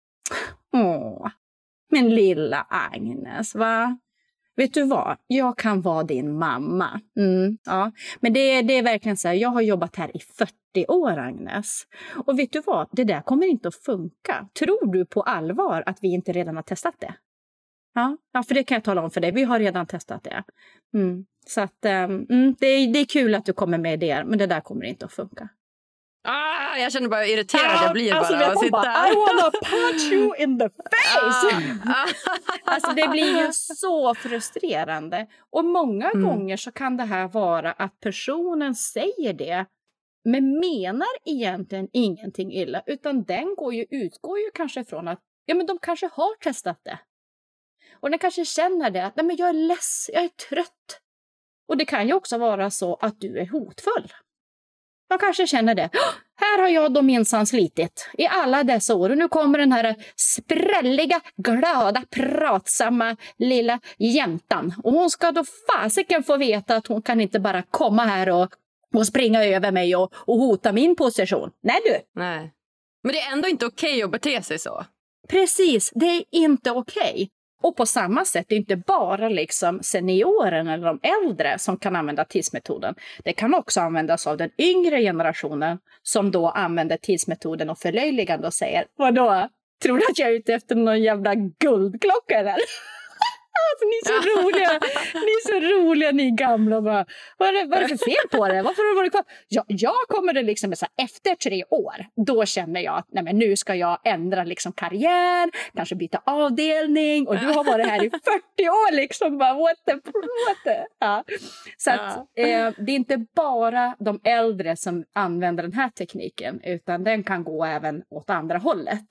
Åh, min lilla Agnes, va? Vet du vad? Jag kan vara din mamma. Mm, ja. Men det, det är verkligen så här, jag har jobbat här i fyrtio år, Agnes. Och vet du vad? Det där kommer inte att funka. Tror du på allvar att vi inte redan har testat det? Ja, ja, för det kan jag tala om för dig. Vi har redan testat det. Mm. Så att, um, det, är, det är kul att du kommer med idéer, men det där kommer inte att funka. Ah, jag känner bara hur irriterad jag blir alltså, bara att sitta bara, I wanna punch you in the face! Ah. Alltså det blir ju så frustrerande. Och många mm. gånger så kan det här vara att personen säger det, men menar egentligen ingenting illa. Utan den går ju, utgår ju kanske från att ja, men de kanske har testat det. Och den kanske känner det, att nej, men jag är less, jag är trött. Och det kan ju också vara så att du är hotfull. Jag kanske känner det. Här har jag då minsann slitit i alla dessa år. Och nu kommer den här sprälliga, glada, pratsamma lilla jäntan. Och hon ska då fasiken få veta att hon kan inte bara komma här och, och springa över mig och, och hota min position. Nej du. Nej. Men det är ändå inte okej att bete sig så. Precis, det är inte okej. Och på samma sätt, det är inte bara liksom senioren eller de äldre som kan använda tidsmetoden. Det kan också användas av den yngre generationen som då använder tidsmetoden och förlöjligande och säger, vadå? Tror du att jag är ute efter någon jävla guldklocka eller? Alltså, ni är så roliga, ni är så roliga, ni gamla. Bara, vad, är det, vad är det för fel på det? Varför har du varit kvar? Jag, jag kommer det liksom så här, efter tre år, då känner jag att nej, men nu ska jag ändra liksom karriär, kanske byta avdelning. Och du har varit här i fyrtio år liksom. Bara, what the, what the? Ja. Så att, eh, det är inte bara de äldre som använder den här tekniken, utan den kan gå även åt andra hållet.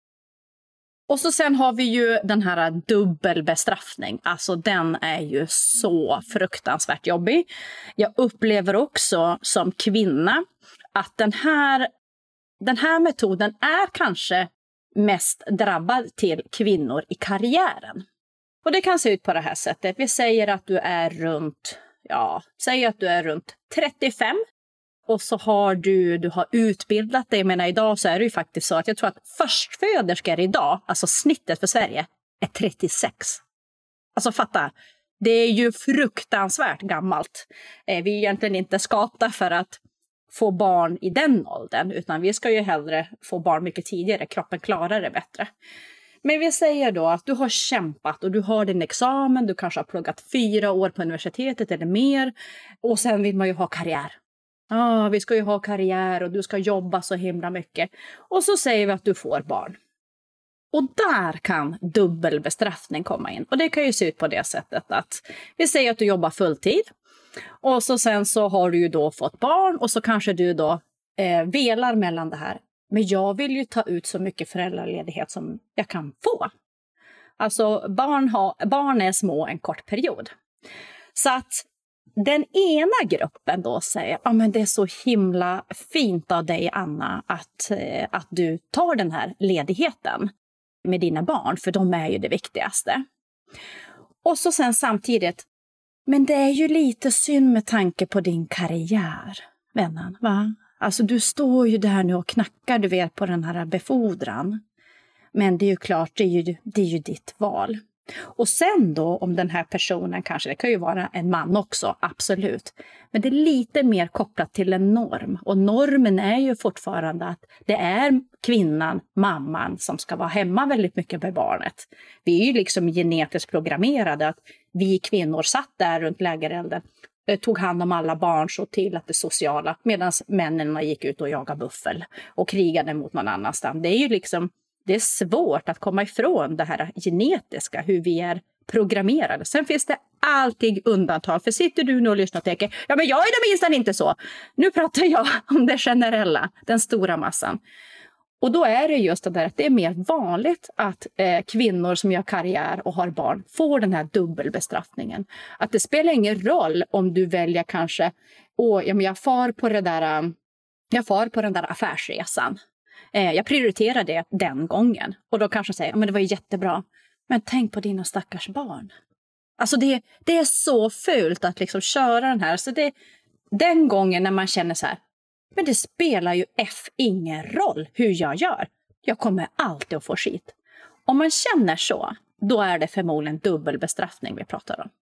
Och så sen har vi ju den här dubbelbestraffning. Alltså den är ju så fruktansvärt jobbig. Jag upplever också som kvinna att den här, den här metoden är kanske mest drabbad till kvinnor i karriären. Och det kan se ut på det här sättet. Vi säger att du är runt, ja, säg att du är runt trettiofem. Och så har du, du har utbildat dig. Jag menar, idag så är det ju faktiskt så att jag tror att förstföderskor idag, alltså snittet för Sverige, är trettiosex. Alltså fatta, det är ju fruktansvärt gammalt. Eh, vi är egentligen inte skapta för att få barn i den åldern, utan vi ska ju hellre få barn mycket tidigare. Kroppen klarar det bättre. Men vi säger då att du har kämpat och du har din examen, du kanske har pluggat fyra år på universitetet eller mer. Och sen vill man ju ha karriär. Ja, ah, vi ska ju ha karriär och du ska jobba så himla mycket. Och så säger vi att du får barn. Och där kan dubbelbestraffning komma in. Och det kan ju se ut på det sättet att vi säger att du jobbar fulltid. Och så sen så har du ju då fått barn och så kanske du då eh, velar mellan det här. Men jag vill ju ta ut så mycket föräldraledighet som jag kan få. Alltså barn, ha, barn är små en kort period. Så att den ena gruppen då säger, ja men det är så himla fint av dig Anna att, att du tar den här ledigheten med dina barn, för de är ju det viktigaste. Och så sen samtidigt, men det är ju lite synd med tanke på din karriär, vännen, va? Alltså du står ju där nu och knackar, du vet, på den här befordran. Men det är ju klart, det är ju, det är ju ditt val. Och sen då, om den här personen kanske, det kan ju vara en man också, absolut. Men det är lite mer kopplat till en norm. Och normen är ju fortfarande att det är kvinnan, mamman, som ska vara hemma väldigt mycket med barnet. Vi är ju liksom genetiskt programmerade att vi kvinnor satt där runt lägerelden, tog hand om alla barn, så till att det sociala, medan männen gick ut och jagade buffel och krigade mot någon annanstans. Det är ju liksom, det är svårt att komma ifrån det här genetiska, hur vi är programmerade. Sen finns det alltid undantag. För sitter du nu och lyssnar och tänker, ja men jag är det minst inte så. Nu pratar jag om det generella, den stora massan. Och då är det just det där att det är mer vanligt att eh, kvinnor som gör karriär och har barn får den här dubbelbestraffningen. Att det spelar ingen roll om du väljer kanske, åh, ja, men jag far på det där, jag far på den där affärsresan. Eh, jag prioriterar det den gången. Och då kanske säger, ja men det var ju jättebra. Men tänk på dina stackars barn. Alltså det, det är så fult att liksom köra den här. Så det, den gången när man känner så här, men det spelar ju F ingen roll hur jag gör. Jag kommer alltid att få skit. Om man känner så, då är det förmodligen dubbelbestraffning vi pratar om.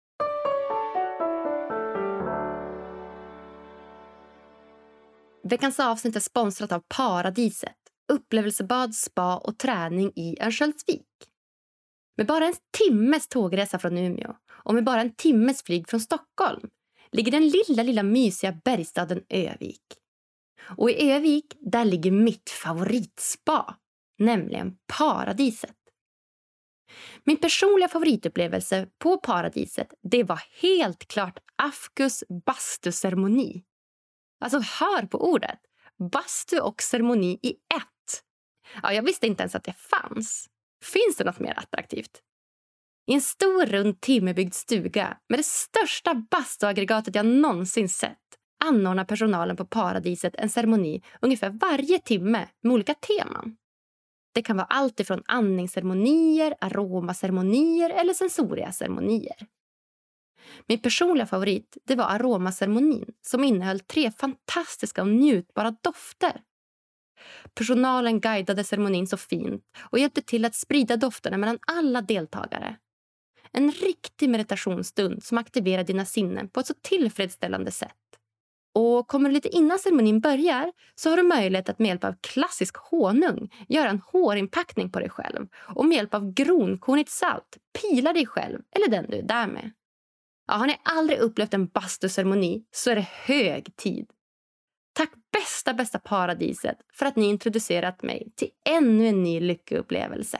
Veckans avsnitt är sponsrat av Paradiset, upplevelsebad, spa och träning i Örnsköldsvik. Med bara en timmes tågresa från Umeå och med bara en timmes flyg från Stockholm ligger den lilla, lilla mysiga bergstaden Övik. Och i Övik, där ligger mitt favoritspa, nämligen Paradiset. Min personliga favoritupplevelse på Paradiset, det var helt klart Afkus bastuceremoni. Alltså hör på ordet, bastu och ceremoni i ett. Ja, jag visste inte ens att det fanns. Finns det något mer attraktivt? I en stor rund timmerbyggd stuga med det största bastuaggregatet jag någonsin sett anordnar personalen på Paradiset en ceremoni ungefär varje timme med olika teman. Det kan vara allt ifrån andningsceremonier, aromaceremonier eller sensoriaceremonier. Min personliga favorit, det var aromaceremonin som innehöll tre fantastiska och njutbara dofter. Personalen guidade ceremonin så fint och hjälpte till att sprida dofterna mellan alla deltagare. En riktig meditationsstund som aktiverar dina sinnen på ett så tillfredsställande sätt. Och kommer du lite innan ceremonin börjar så har du möjlighet att med hjälp av klassisk honung göra en hårinpackning på dig själv. Och med hjälp av gronkornigt salt pila dig själv eller den du är där med. Ja, har ni aldrig upplevt en bastuceremoni så är det hög tid. Tack bästa, bästa Paradiset för att ni introducerat mig till ännu en ny lyckoupplevelse.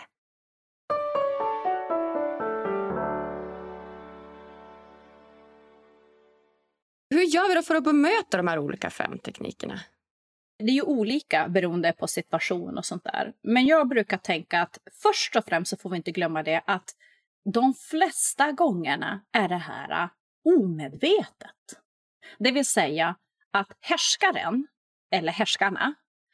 Hur gör vi då för att bemöta de här olika fem teknikerna? Det är ju olika beroende på situation och sånt där. Men jag brukar tänka att först och främst så får vi inte glömma det att de flesta gångerna är det här omedvetet. Det vill säga att härskaren eller härskarna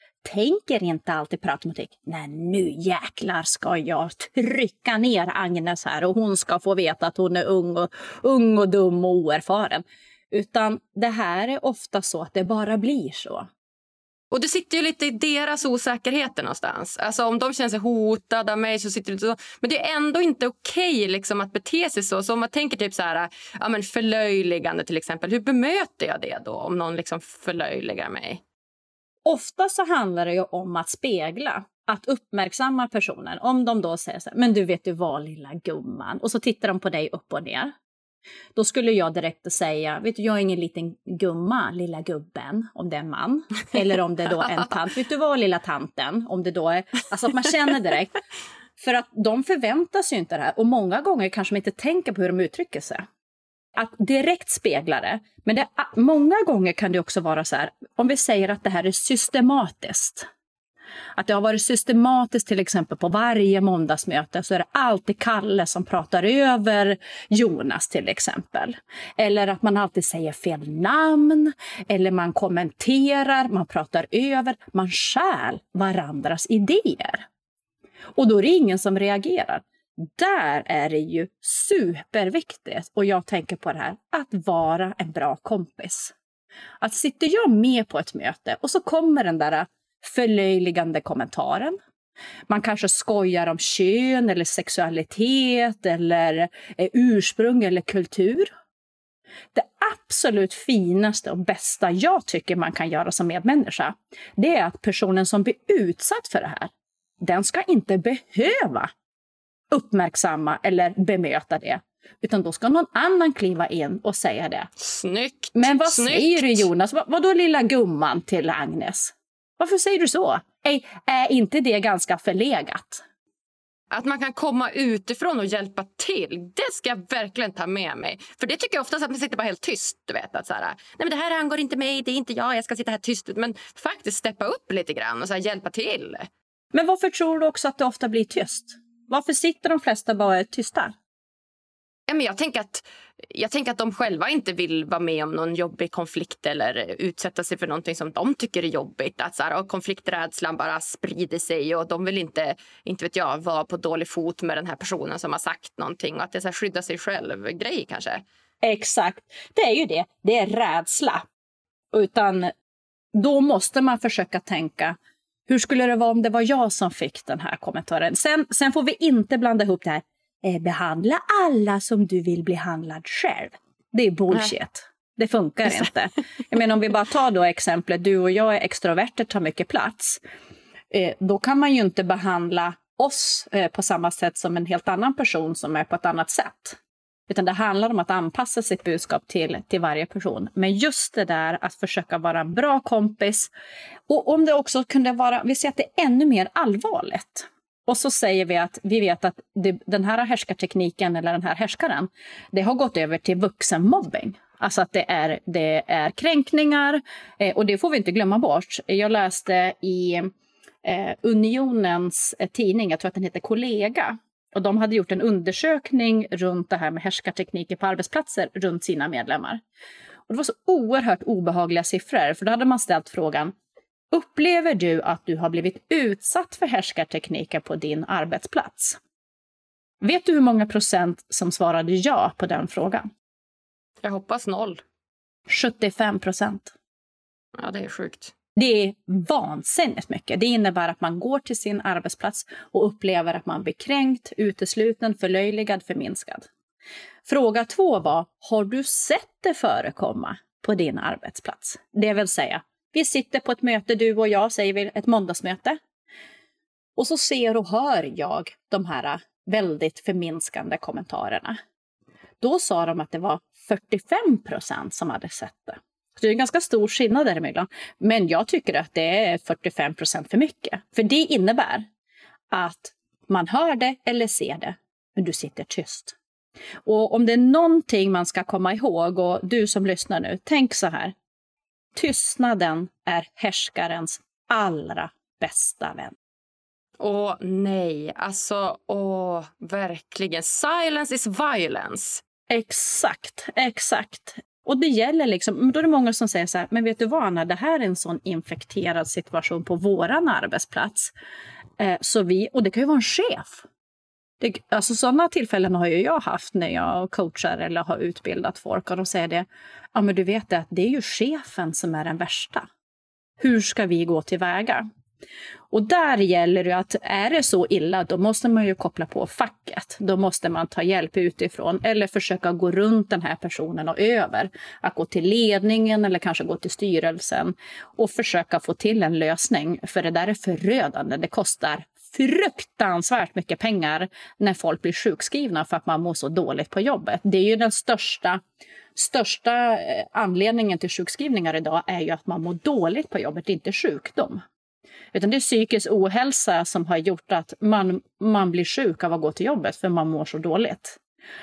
tänker inte alltid på automatik. Nej, nu jäklar ska jag trycka ner Agnes här och hon ska få veta att hon är ung och, ung och dum och oerfaren. Utan det här är ofta så att det bara blir så. Och du sitter ju lite i deras osäkerheter någonstans. Alltså om de känner sig hotade av mig så sitter du så. Men det är ändå inte okej liksom att bete sig så. Så om man tänker typ så här, ja men förlöjligande till exempel. Hur bemöter jag det då om någon liksom förlöjligar mig? Ofta så handlar det ju om att spegla. Att uppmärksamma personen. Om de då säger så här, men du vet du var lilla gumman. Och så tittar de på dig upp och ner. Då skulle jag direkt säga, vet du jag är ingen liten gumma, lilla gubben, om det är en man. Eller om det då är en tant, vet du vad lilla tanten, om det då är, alltså att man känner direkt. För att de förväntar sig inte det här och många gånger kanske man inte tänker på hur de uttrycker sig. Att direkt spegla det, men det, många gånger kan det också vara så här, om vi säger att det här är systematiskt. Att det har varit systematiskt till exempel på varje måndagsmöte så är det alltid Kalle som pratar över Jonas till exempel. Eller att man alltid säger fel namn eller man kommenterar, man pratar över, man stjäl varandras idéer. Och då är det ingen som reagerar. Där är det ju superviktigt och jag tänker på det här, att vara en bra kompis. Att sitter jag med på ett möte och så kommer den där förlöjligande kommentaren. Man kanske skojar om kön eller sexualitet eller eh, ursprung eller kultur. Det absolut finaste och bästa jag tycker man kan göra som medmänniska, det är att personen som blir utsatt för det här, den ska inte behöva uppmärksamma eller bemöta det. Utan då ska någon annan kliva in och säga det. Snyggt! Men vad Snyggt. säger du Jonas? Vad, vad då lilla gumman till Agnes? Varför säger du så? Är, är inte det ganska förlegat? Att man kan komma utifrån och hjälpa till. Det ska jag verkligen ta med mig. För det tycker jag oftast att man sitter bara helt tyst. Du vet, att så här, nej men det här angår inte mig, det är inte jag, jag ska sitta här tyst. Men faktiskt steppa upp lite grann och så här, hjälpa till. Men varför tror du också att det ofta blir tyst? Varför sitter de flesta bara tysta? Ja, men jag, tänker att, jag tänker att de själva inte vill vara med om någon jobbig konflikt eller utsätta sig för någonting som de tycker är jobbigt. Att så här, och konflikträdslan bara sprider sig och de vill inte, inte vet jag, vara på dålig fot med den här personen som har sagt någonting. Och att det är så här, skydda sig själv-grej kanske. Exakt, det är ju det. Det är rädsla. Utan då måste man försöka tänka, hur skulle det vara om det var jag som fick den här kommentaren? Sen, sen får vi inte blanda ihop det här. Eh, behandla alla som du vill bli handlad själv. Det är bullshit. Nej. Det funkar inte. Jag menar, om vi bara tar då exemplet, du och jag är extroverter, tar mycket plats. Eh, då kan man ju inte behandla oss eh, på samma sätt som en helt annan person som är på ett annat sätt. Utan det handlar om att anpassa sitt budskap till, till varje person. Men just det där att försöka vara en bra kompis. Och om det också kunde vara, vi ser att det är ännu mer allvarligt. Och så säger vi att vi vet att det, den här härskartekniken eller den här härskaren, det har gått över till vuxenmobbing. Alltså att det är, det är kränkningar eh, och det får vi inte glömma bort. Jag läste i eh, Unionens eh, tidning, jag tror att den heter Kollega. Och de hade gjort en undersökning runt det här med härskartekniker på arbetsplatser runt sina medlemmar. Och det var så oerhört obehagliga siffror, för då hade man ställt frågan: upplever du att du har blivit utsatt för härskartekniker på din arbetsplats? Vet du hur många procent som svarade ja på den frågan? Jag hoppas noll. sjuttiofem procent. Ja, det är sjukt. Det är vansinnigt mycket. Det innebär att man går till sin arbetsplats och upplever att man blir kränkt, utesluten, förlöjligad, förminskad. Fråga två var: har du sett det förekomma på din arbetsplats? Det vill säga, vi sitter på ett möte, du och jag, säger vi ett måndagsmöte. Och så ser och hör jag de här väldigt förminskande kommentarerna. Då sa de att det var fyrtiofem procent som hade sett det. Så det är en ganska stor skillnad däremellan. Men jag tycker att det är fyrtiofem procent för mycket. För det innebär att man hör det eller ser det, men du sitter tyst. Och om det är någonting man ska komma ihåg, och du som lyssnar nu, tänk så här. Tystnaden är härskarens allra bästa vän. Åh nej, alltså åh, verkligen. Silence is violence. Exakt, exakt. Och det gäller liksom, då är det många som säger så här, men vet du vad Anna, det här är en sån infekterad situation på våran arbetsplats. Eh, så vi, och det kan ju vara en chef. Det, alltså sådana tillfällen har ju jag haft när jag coachar eller har utbildat folk, och de säger det, ja men du vet det, att det är ju chefen som är den värsta. Hur ska vi gå tillväga? Och där gäller det att är det så illa, då måste man ju koppla på facket. Då måste man ta hjälp utifrån eller försöka gå runt den här personen och över. Att gå till ledningen eller kanske gå till styrelsen och försöka få till en lösning. För det där är förödande. Det kostar fruktansvärt mycket pengar när folk blir sjukskrivna för att man mår så dåligt på jobbet. Det är ju den största, största anledningen till sjukskrivningar idag, är ju att man mår dåligt på jobbet, inte sjukdom. Utan det är psykisk ohälsa som har gjort att man, man blir sjuk av att gå till jobbet för man mår så dåligt.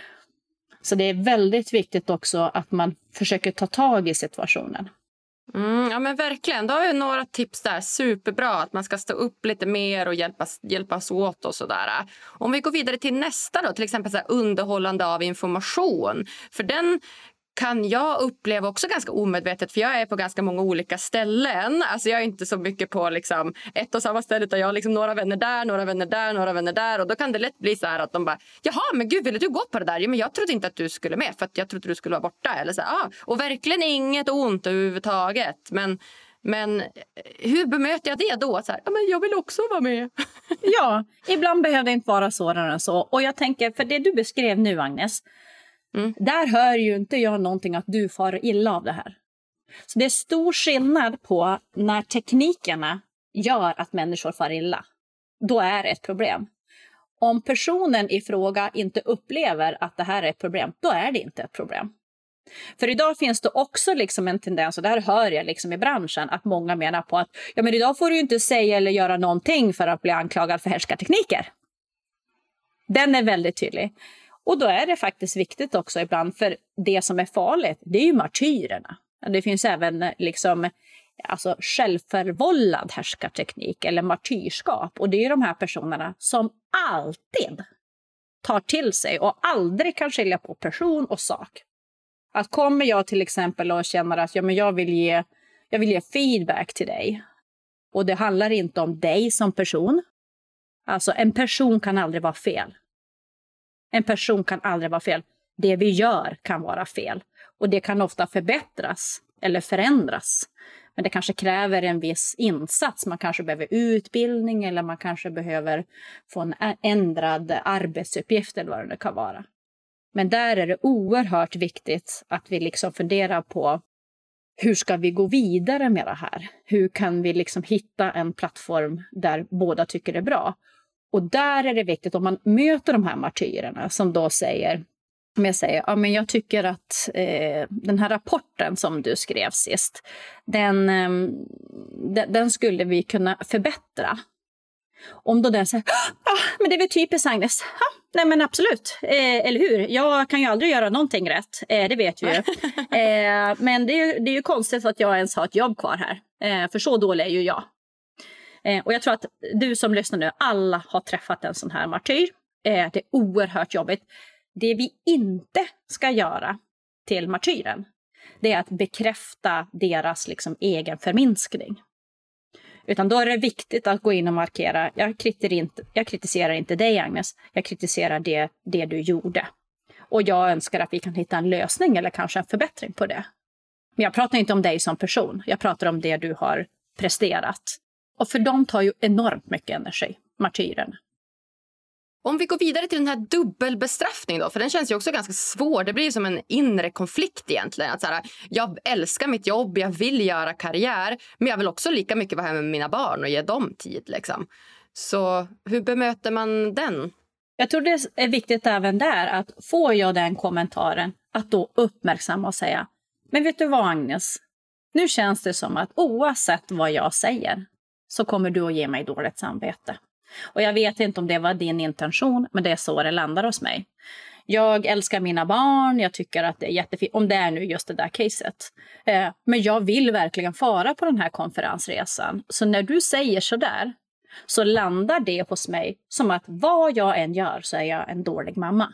Så det är väldigt viktigt också att man försöker ta tag i situationen. Mm, ja men verkligen, då har vi några tips där, superbra, att man ska stå upp lite mer och hjälpas, hjälpas åt och sådär. Om vi går vidare till nästa då, till exempel så här, underhållande av information, för den kan jag uppleva också ganska omedvetet, för jag är på ganska många olika ställen. Alltså jag är inte så mycket på liksom ett och samma ställe, utan jag har liksom några vänner där, några vänner där, några vänner där. Och då kan det lätt bli så här att de bara, jaha men gud, ville du gå på det där? Ja, men jag trodde inte att du skulle med, för att jag trodde du skulle vara borta. Eller så här, ah, och verkligen inget ont överhuvudtaget. Men, men hur bemöter jag det då? Så här, ja, men jag vill också vara med. Ja, ibland behöver det inte vara sådär än så. Och jag tänker, för det du beskrev nu Agnes, Mm. där hör ju inte jag någonting att du far illa av det här. Så det är stor skillnad på när teknikerna gör att människor far illa. Då är det ett problem. Om personen i fråga inte upplever att det här är ett problem, då är det inte ett problem. För idag finns det också liksom en tendens, och där hör jag liksom i branschen, att många menar på att ja, men idag får du ju inte säga eller göra någonting för att bli anklagad för härskartekniker. Den är väldigt tydlig. Och då är det faktiskt viktigt också ibland, för det som är farligt, det är ju martyrerna. Det finns även liksom, alltså självförvållad härskarteknik eller martyrskap. Och det är de här personerna som alltid tar till sig och aldrig kan skilja på person och sak. Att kommer jag till exempel och känner att ja, men jag, vill ge, jag vill ge feedback till dig. Och det handlar inte om dig som person. Alltså en person kan aldrig vara fel. En person kan aldrig vara fel. Det vi gör kan vara fel. Och det kan ofta förbättras eller förändras. Men det kanske kräver en viss insats. Man kanske behöver utbildning eller man kanske behöver få en ändrad arbetsuppgift eller vad det kan vara. Men där är det oerhört viktigt att vi liksom funderar på hur ska vi gå vidare med det här? Hur kan vi liksom hitta en plattform där båda tycker det är bra? Och där är det viktigt om man möter de här martyrerna som då säger, om jag säger, ja men jag tycker att eh, den här rapporten som du skrev sist, den, eh, den, den skulle vi kunna förbättra. Om då den säger, ah, men det är väl typiskt Agnes. Ah, nej men absolut, eh, eller hur? Jag kan ju aldrig göra någonting rätt, eh, det vet vi ju. eh, men det är, ju, det är ju konstigt att jag ens har ett jobb kvar här. Eh, för så dålig är ju jag. Eh, och jag tror att du som lyssnar nu, alla har träffat en sån här martyr. Eh, det är oerhört jobbigt. Det vi inte ska göra till martyren, det är att bekräfta deras liksom egen förminskning. Utan då är det viktigt att gå in och markera, jag kritiserar inte, jag kritiserar inte dig Agnes, jag kritiserar det, det du gjorde. Och jag önskar att vi kan hitta en lösning eller kanske en förbättring på det. Men jag pratar inte om dig som person, jag pratar om det du har presterat. Och för dem tar ju enormt mycket energi, martyren. Om vi går vidare till den här dubbelbestraffningen då, för den känns ju också ganska svår. Det blir ju som en inre konflikt egentligen. Att så här, jag älskar mitt jobb, jag vill göra karriär, men jag vill också lika mycket vara hemma med mina barn och ge dem tid. Liksom. Så hur bemöter man den? Jag tror det är viktigt även där att får jag den kommentaren att då uppmärksamma och säga, men vet du vad Agnes, nu känns det som att oavsett vad jag säger så kommer du att ge mig dåligt samvete. Och jag vet inte om det var din intention, men det är så det landar hos mig. Jag älskar mina barn, jag tycker att det är jättefint, om det är nu just det där caset. Eh, men jag vill verkligen fara på den här konferensresan. Så när du säger så där, så landar det hos mig som att vad jag än gör så är jag en dålig mamma.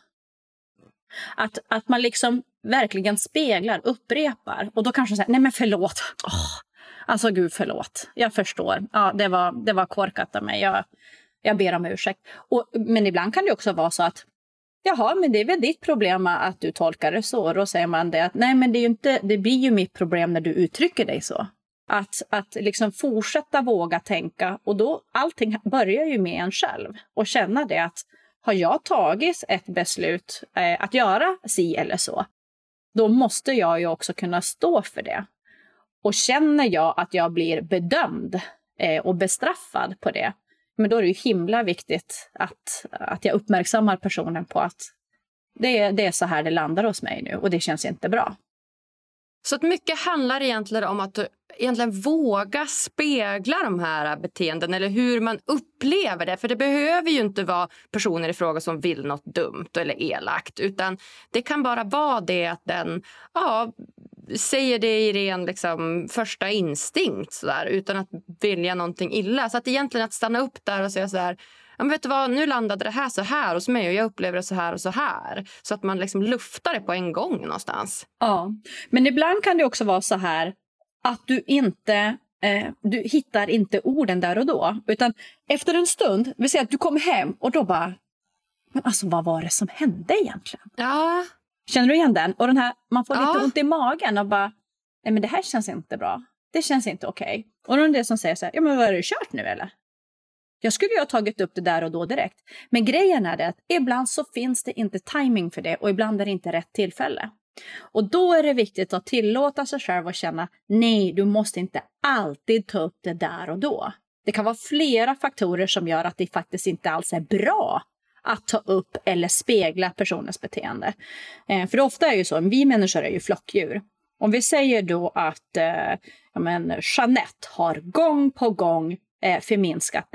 Att, att man liksom verkligen speglar, upprepar. Och då kanske säger, nej men förlåt. Oh, alltså gud förlåt, jag förstår. Ja, det var, det var korkat av mig, jag... Jag ber om ursäkt. Och, men ibland kan det också vara så att jaha, men det är väl ditt problem att du tolkar det så. Då säger man det att nej, men det, är ju inte, det blir ju mitt problem när du uttrycker dig så. Att, att liksom fortsätta våga tänka. Och då allting börjar ju med en själv. Och känna det att har jag tagit ett beslut eh, att göra si eller så. Då måste jag ju också kunna stå för det. Och känner jag att jag blir bedömd eh, och bestraffad på det. Men då är det ju himla viktigt att, att jag uppmärksammar personen på att det är, det är så här det landar hos mig nu. Och det känns inte bra. Så att mycket handlar egentligen om att egentligen våga spegla de här beteenden. Eller hur man upplever det. För det behöver ju inte vara personer i fråga som vill något dumt eller elakt. Utan det kan bara vara det att den... ja. säger det i ren liksom, första instinkt sådär, utan att vilja någonting illa. Så att egentligen att stanna upp där och säga så här, ja, men vet du vad, nu landade det här så här hos mig och jag upplever det så här och så här. Så att man liksom luftar det på en gång någonstans. Ja, men ibland kan det också vara så här att du inte, eh, du hittar inte orden där och då. Utan efter en stund, vi säger att du kommer hem och då bara, men alltså vad var det som hände egentligen? Ja. Känner du igen den? Och den här, man får lite ja. ont i magen och bara, nej men det här känns inte bra. Det känns inte okej. Okay. Och då är det som säger så här, ja men vad har du kört nu eller? Jag skulle ju ha tagit upp det där och då direkt. Men grejen är det att ibland så finns det inte timing för det och ibland är det inte rätt tillfälle. Och då är det viktigt att tillåta sig själv och känna, nej du måste inte alltid ta upp det där och då. Det kan vara flera faktorer som gör att det faktiskt inte alls är bra att ta upp eller spegla personens beteende. Eh, för ofta är det ju så, vi människor är ju flockdjur. Om vi säger då att eh, ja men, Jeanette har gång på gång eh, förminskat dig.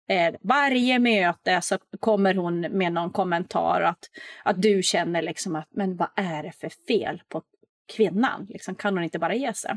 Eh, varje möte så kommer hon med någon kommentar att, att du känner liksom att men vad är det för fel på kvinnan? Liksom, kan hon inte bara ge sig?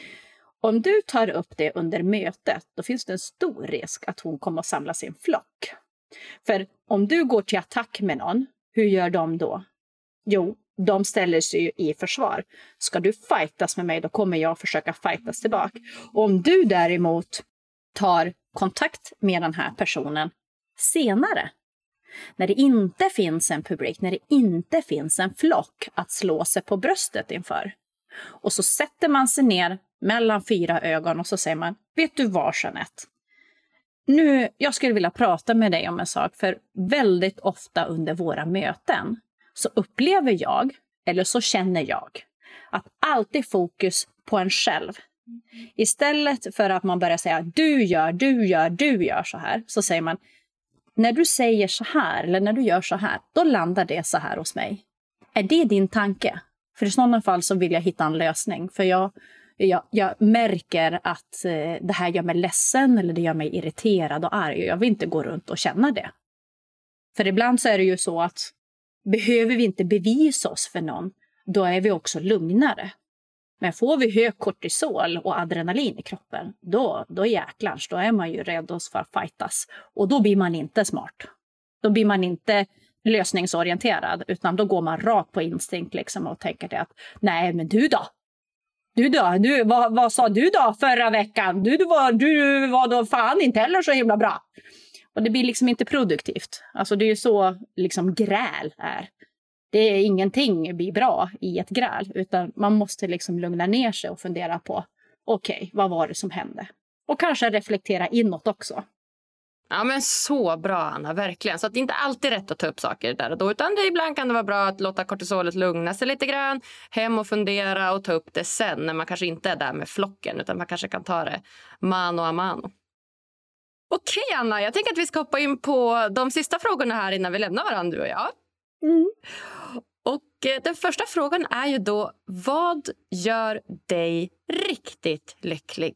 Om du tar upp det under mötet, då finns det en stor risk att hon kommer att samla sin flock. För om du går till attack med någon, hur gör de då? Jo, de ställer sig i försvar. Ska du fightas med mig, då kommer jag försöka fightas tillbaka. Och om du däremot tar kontakt med den här personen senare, när det inte finns en publik, när det inte finns en flock att slå sig på bröstet inför. Och så sätter man sig ner mellan fyra ögon och så säger man, vet du vad, Jeanette? Nu, jag skulle vilja prata med dig om en sak, för väldigt ofta under våra möten så upplever jag, eller så känner jag, att alltid fokus på en själv. Istället för att man börjar säga, du gör, du gör, du gör så här, så säger man, när du säger så här, eller när du gör så här, då landar det så här hos mig. Är det din tanke? För i sådana fall så vill jag hitta en lösning, för jag Jag, jag märker att eh, det här gör mig ledsen eller det gör mig irriterad och arg. Jag vill inte gå runt och känna det. För ibland så är det ju så att behöver vi inte bevisa oss för någon, då är vi också lugnare. Men får vi hög kortisol och adrenalin i kroppen, då, då jäklars, då är man ju rädd för att fightas. Och då blir man inte smart. Då blir man inte lösningsorienterad, utan då går man rakt på instinkt liksom och tänker det att nej, men du då? Du då? Du, vad, vad sa du då förra veckan? Du, du, var, du var då fan inte heller så himla bra. Och det blir liksom inte produktivt. Alltså det är ju så liksom gräl är. Det är ingenting blir bra i ett gräl. Utan man måste liksom lugna ner sig och fundera på okej, okay, vad var det som hände? Och kanske reflektera inåt också. Ja, men så bra, Anna, verkligen. Så att det inte alltid är rätt att ta upp saker där och då, utan det ibland kan det vara bra att låta kortisolet lugna sig lite grann, hem och fundera och ta upp det sen när man kanske inte är där med flocken, utan man kanske kan ta det mano a mano. Okej, Anna, jag tänker att vi ska hoppa in på de sista frågorna här innan vi lämnar varandra, du och jag. Mm. Och eh, den första frågan är ju då, vad gör dig riktigt lycklig?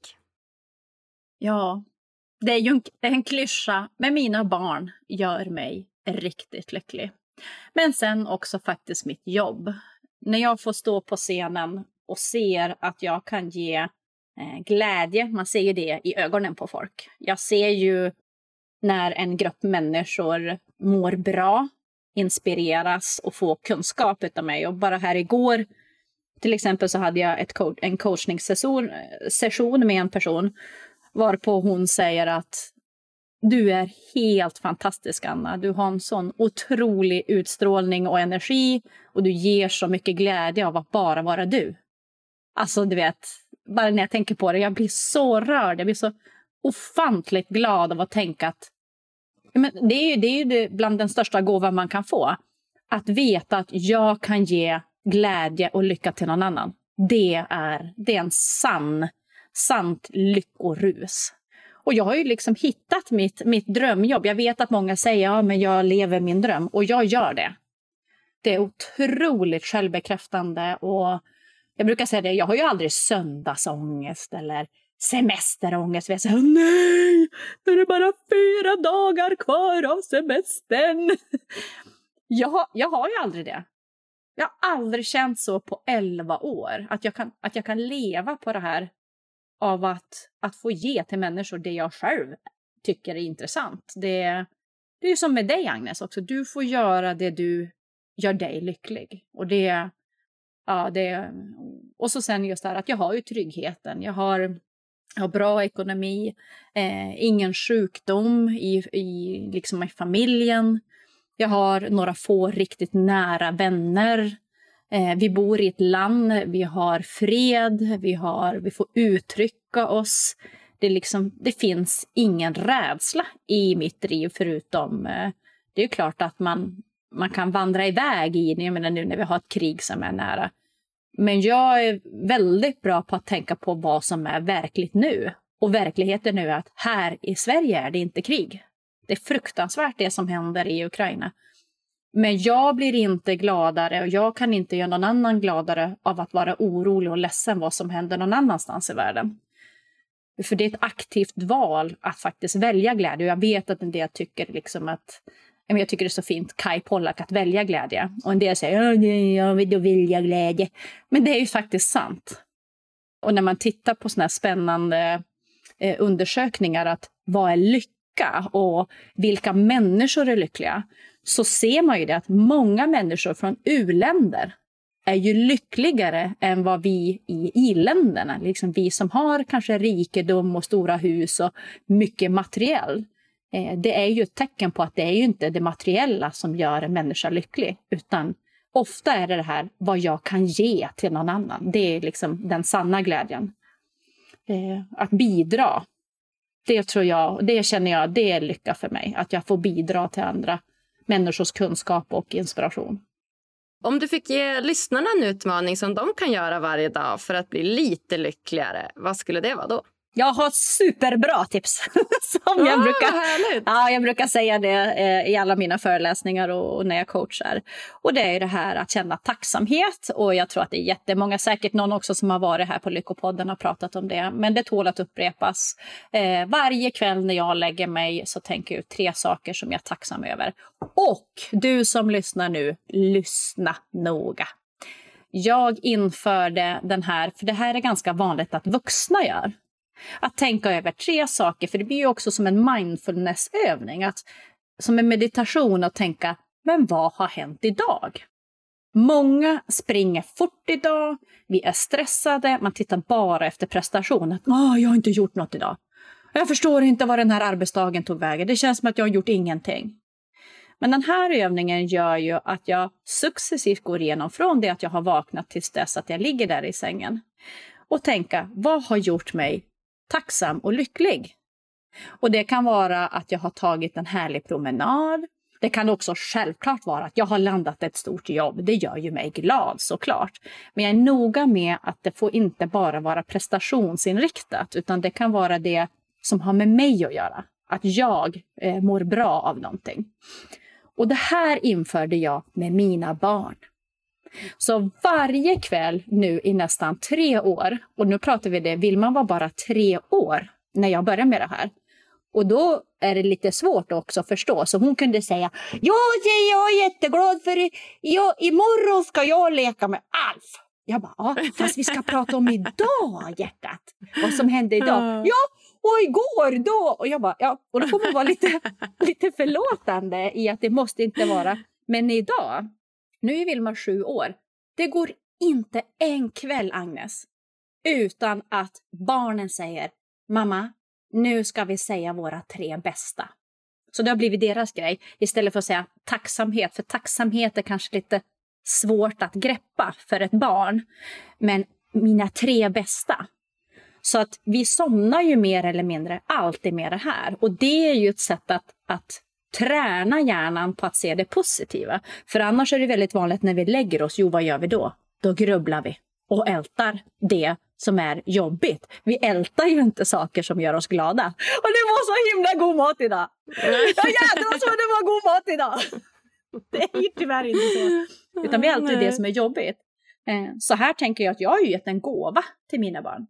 Ja, det är ju en, det är en klyscha, men mina barn gör mig riktigt lycklig. Men sen också faktiskt mitt jobb. När jag får stå på scenen och ser att jag kan ge eh, glädje, man ser ju det i ögonen på folk. Jag ser ju när en grupp människor mår bra, inspireras och får kunskap utav mig. Och bara här igår, till exempel, så hade jag ett co- en coachningssession session med en person varpå hon säger att du är helt fantastisk, Anna. Du har en sån otrolig utstrålning och energi och du ger så mycket glädje av att bara vara du. Alltså du vet, bara när jag tänker på det, jag blir så rörd. Jag blir så ofantligt glad av att tänka att men det är ju, det är ju det bland den största gåvan man kan få. Att veta att jag kan ge glädje och lycka till någon annan. Det är, det är en sann, sant lyckorus. Och jag har ju liksom hittat mitt, mitt drömjobb. Jag vet att många säger ja, men jag lever min dröm. Och jag gör det. Det är otroligt självbekräftande. Och jag brukar säga det, jag har ju aldrig söndagsångest eller semesterångest. Jag säger nej, nu är det bara fyra dagar kvar av semestern. jag, jag har ju aldrig det. Jag har aldrig känt så på elva år. Att jag kan, att jag kan leva på det här av att, att få ge till människor det jag själv tycker är intressant. Det, det är ju som med dig, Agnes, också. Du får göra det du gör dig lycklig. Och det, ja, det, och så sen just det här att jag har ju tryggheten. Jag har, jag har bra ekonomi, eh, ingen sjukdom i, i, liksom i familjen. Jag har några få riktigt nära vänner. Eh, vi bor i ett land, vi har fred, vi, har, vi får uttrycka oss. Det, liksom, det finns ingen rädsla i mitt liv förutom... Eh, det är ju klart att man, man kan vandra iväg i det, jag menar nu när vi har ett krig som är nära. Men jag är väldigt bra på att tänka på vad som är verkligt nu. Och verkligheten nu är att här i Sverige är det inte krig. Det är fruktansvärt det som händer i Ukraina. Men jag blir inte gladare och jag kan inte göra någon annan gladare av att vara orolig och ledsen vad som händer någon annanstans i världen. För det är ett aktivt val att faktiskt välja glädje. Och jag vet att en del tycker liksom att, jag tycker det är så fint, Kai Pollak, att välja glädje. Och en del säger, ja, jag vill då vilja glädje. Men det är ju faktiskt sant. Och när man tittar på såna här spännande eh, undersökningar, att vad är lycka och vilka människor är lyckliga, så ser man ju det att många människor från u-länder är ju lyckligare än vad vi i i-länderna, liksom vi som har kanske rikedom och stora hus och mycket materiell. Eh, det är ju ett tecken på att det är ju inte det materiella som gör en människa lycklig, utan ofta är det det här vad jag kan ge till någon annan. Det är liksom den sanna glädjen. Eh, att bidra, det tror jag, det känner jag, det är lycka för mig. Att jag får bidra till andra människors kunskap och inspiration. Om du fick ge lyssnarna en utmaning som de kan göra varje dag för att bli lite lyckligare, vad skulle det vara då? Jag har superbra tips som jag, oh, brukar, ja, jag brukar säga det eh, i alla mina föreläsningar och, och när jag coachar. Och det är det här att känna tacksamhet, och jag tror att det är jättemånga, säkert någon också som har varit här på Lyckopodden har pratat om det, men det tål att upprepas. Eh, varje kväll när jag lägger mig så tänker jag ut tre saker som jag är tacksam över. Och du som lyssnar nu, lyssna noga. Jag införde den här, för det här är ganska vanligt att vuxna gör. Att tänka över tre saker, för det blir ju också som en mindfulnessövning, att, som en meditation, att tänka, men vad har hänt idag? Många springer fort idag, vi är stressade, man tittar bara efter prestation. Att, oh, jag har inte gjort något idag. Jag förstår inte vad den här arbetsdagen tog vägen, det känns som att jag har gjort ingenting. Men den här övningen gör ju att jag successivt går igenom från det att jag har vaknat tills dess att jag ligger där i sängen. Och tänka, vad har gjort mig tacksam och lycklig? Och det kan vara att jag har tagit en härlig promenad. Det kan också självklart vara att jag har landat ett stort jobb. Det gör ju mig glad såklart. Men jag är noga med att det får inte bara vara prestationsinriktat, utan det kan vara det som har med mig att göra. Att jag eh, mår bra av någonting. Och det här införde jag med mina barn. Så varje kväll nu i nästan tre år, och nu pratar vi det, vill man vara bara tre år när jag börjar med det här. Och då är det lite svårt också att förstå. Så hon kunde säga, ja, jag är jätteglad för jag, imorgon ska jag leka med Alf. Jag bara, ja, fast vi ska prata om idag, hjärtat. Vad som hände idag. Ja, och igår då. Och jag bara, ja, och då får man vara lite, lite förlåtande i att det måste inte vara. Men idag, nu är Vilma sju år. Det går inte en kväll, Agnes, utan att barnen säger, mamma, nu ska vi säga våra tre bästa. Så det har blivit deras grej. Istället för att säga tacksamhet. För tacksamhet är kanske lite svårt att greppa för ett barn. Men mina tre bästa. Så att vi somnar ju mer eller mindre alltid med det här. Och det är ju ett sätt att, att träna hjärnan på att se det positiva. För annars är det väldigt vanligt när vi lägger oss. Jo, vad gör vi då? Då grubblar vi och ältar det som är jobbigt. Vi ältar ju inte saker som gör oss glada. Och det var så himla god mat idag. Ja, jävlar så det var god mat idag. Det är ju tyvärr inte så. Utan vi ältar det som är jobbigt. Så här tänker jag att jag har ju gett en gåva till mina barn.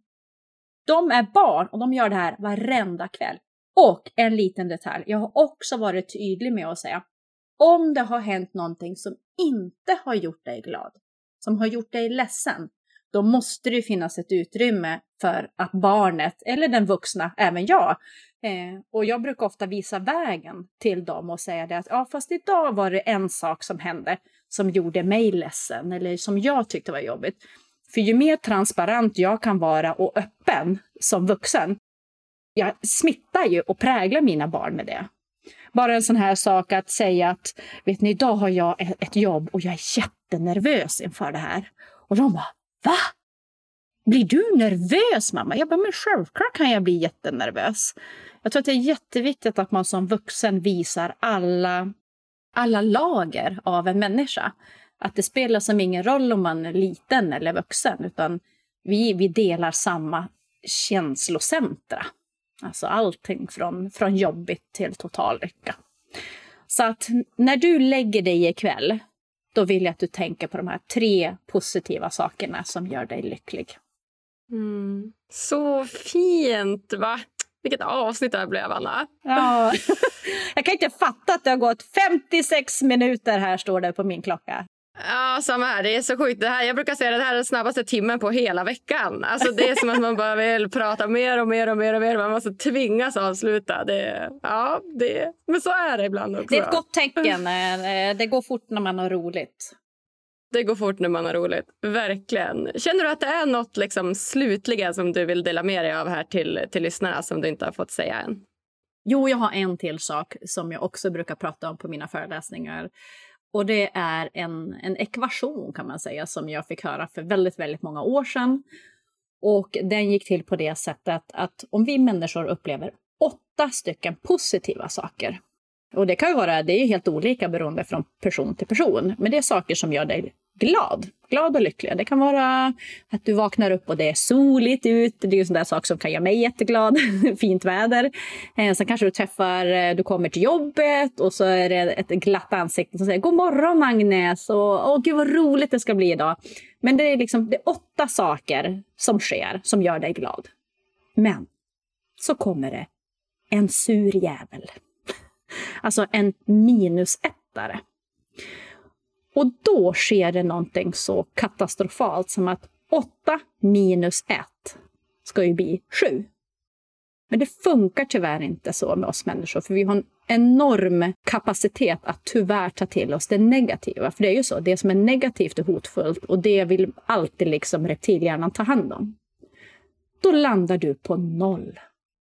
De är barn och de gör det här varenda kväll. Och en liten detalj. Jag har också varit tydlig med att säga. Om det har hänt någonting som inte har gjort dig glad. Som har gjort dig ledsen. Då måste det finnas ett utrymme för att barnet eller den vuxna, även jag. Eh, och jag brukar ofta visa vägen till dem och säga det att ja, fast idag var det en sak som hände som gjorde mig ledsen eller som jag tyckte var jobbigt. För ju mer transparent jag kan vara och öppen som vuxen, jag smittar ju och präglar mina barn med det. Bara en sån här sak att säga att vet ni, idag har jag ett jobb och jag är jättenervös inför det här. Och de bara, va? Blir du nervös, mamma? Jag bara, men självklart kan jag bli jättenervös. Jag tror att det är jätteviktigt att man som vuxen visar alla, alla lager av en människa. Att det spelar som ingen roll om man är liten eller vuxen, utan vi, vi delar samma känslocentra. Alltså allting från, från jobbigt till total lycka. Så att när du lägger dig ikväll, då vill jag att du tänker på de här tre positiva sakerna som gör dig lycklig. Mm. Så fint, va? Vilket avsnitt det här blev, Anna. Ja. Jag kan inte fatta att det har gått femtiosex minuter här, står det på min klocka. Ja, samma här. Det är så sjukt. Det här, jag brukar säga att det här är den snabbaste timmen på hela veckan. Alltså, det är som att man bara vill prata mer och mer och mer och mer. Man måste tvingas avsluta. Det, ja, det, men så är det ibland också. Det är ett gott tecken. Det går fort när man har roligt. Det går fort när man har roligt. Verkligen. Känner du att det är något liksom slutligen som du vill dela med dig av här till, till lyssnarna som du inte har fått säga än? Jo, jag har en till sak som jag också brukar prata om på mina föreläsningar. Och det är en, en ekvation, kan man säga, som jag fick höra för väldigt, väldigt många år sedan. Och den gick till på det sättet att om vi människor upplever åtta stycken positiva saker. Och det kan ju vara, det är helt olika beroende från person till person. Men det är saker som gör dig glad, glad och lycklig. Det kan vara att du vaknar upp och det är soligt ut. Det är ju sån där sak som kan göra mig jätteglad. Fint väder. Eh, sen kanske du träffar, du kommer till jobbet och så är det ett glatt ansikte som säger god morgon Agnes. Och åh gud vad roligt det ska bli idag. Men det är liksom det är åtta saker som sker som gör dig glad. Men så kommer det en sur jävel. Alltså en minusättare. Och då sker det någonting så katastrofalt som att åtta minus ett ska ju bli sju. Men det funkar tyvärr inte så med oss människor. För vi har en enorm kapacitet att tyvärr ta till oss det negativa. För det är ju så, det som är negativt är hotfullt. Och det vill alltid liksom reptilhjärnan ta hand om. Då landar du på noll.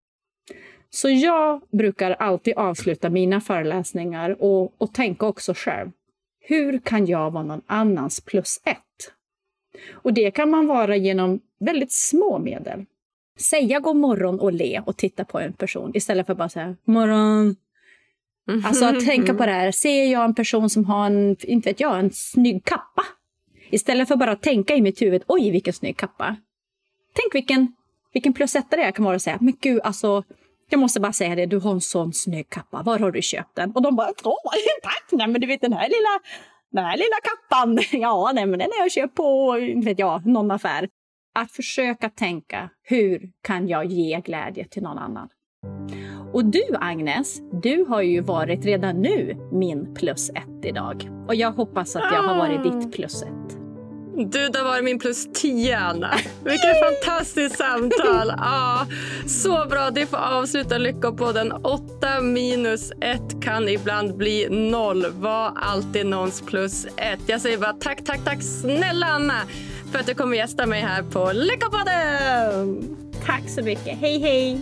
Så jag brukar alltid avsluta mina föreläsningar och, och tänka också själv. Hur kan jag vara någon annans plus ett? Och det kan man vara genom väldigt små medel. Säga god morgon och le och titta på en person istället för bara säga morgon. Alltså att tänka på det här. Ser jag en person som har en, inte vet jag, en snygg kappa. Istället för bara att tänka i mitt huvud, oj vilken snygg kappa. Tänk vilken, vilken plus ett det är kan vara att säga, men gud alltså... Jag måste bara säga det, du har en sån snygg kappa. Var har du köpt den? Och de bara, åh, tack! Nej, men du vet den här lilla, den här lilla kappan. Ja, nej, men den har jag köpt på, inte vet jag, någon affär. Att försöka tänka, hur kan jag ge glädje till någon annan? Och du, Agnes, du har ju varit redan nu min plus ett idag. Och jag hoppas att jag har varit ditt plus ett. Du, det var min plus tio, Anna. Vilket fantastiskt samtal. Ja, så bra, det får avsluta Lyckopodden. åtta minus ett kan ibland bli noll. Var alltid någons plus ett. Jag säger bara tack, tack, tack snälla Anna för att du kommer gästa mig här på Lyckopodden. Tack så mycket. Hej, hej.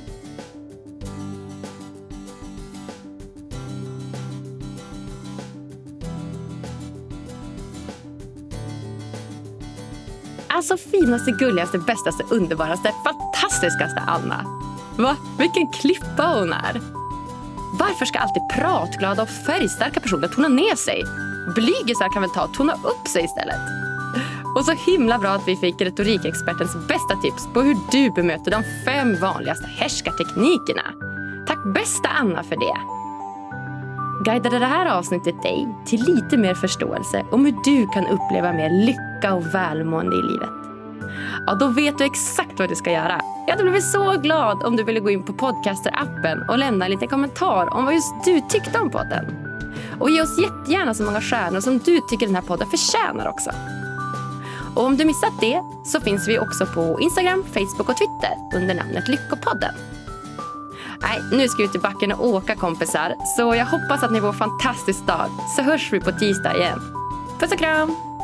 Alltså finaste, gulligaste, bästaste, underbaraste, fantastiskaste Anna. Va? Vilken klippa hon är. Varför ska alltid pratglada och färgstarka personer tona ner sig? Blygisar kan väl ta och tona upp sig istället. Och så himla bra att vi fick retorikexpertens bästa tips på hur du bemöter de fem vanligaste härskarteknikerna. Tack bästa Anna för det. Guidade det här avsnittet dig till lite mer förståelse om hur du kan uppleva mer lycka och välmående i livet? Ja, då vet du exakt vad du ska göra. Jag hade blivit så glad om du ville gå in på Podcaster-appen och lämna en liten kommentar om vad just du tyckte om podden. Och ge oss jättegärna så många stjärnor som du tycker den här podden förtjänar också. Och om du missat det så finns vi också på Instagram, Facebook och Twitter under namnet Lyckopodden. Nej, nu ska vi ut i backen och åka kompisar. Så jag hoppas att ni får en fantastisk dag. Så hörs vi på tisdag igen. Puss och kram!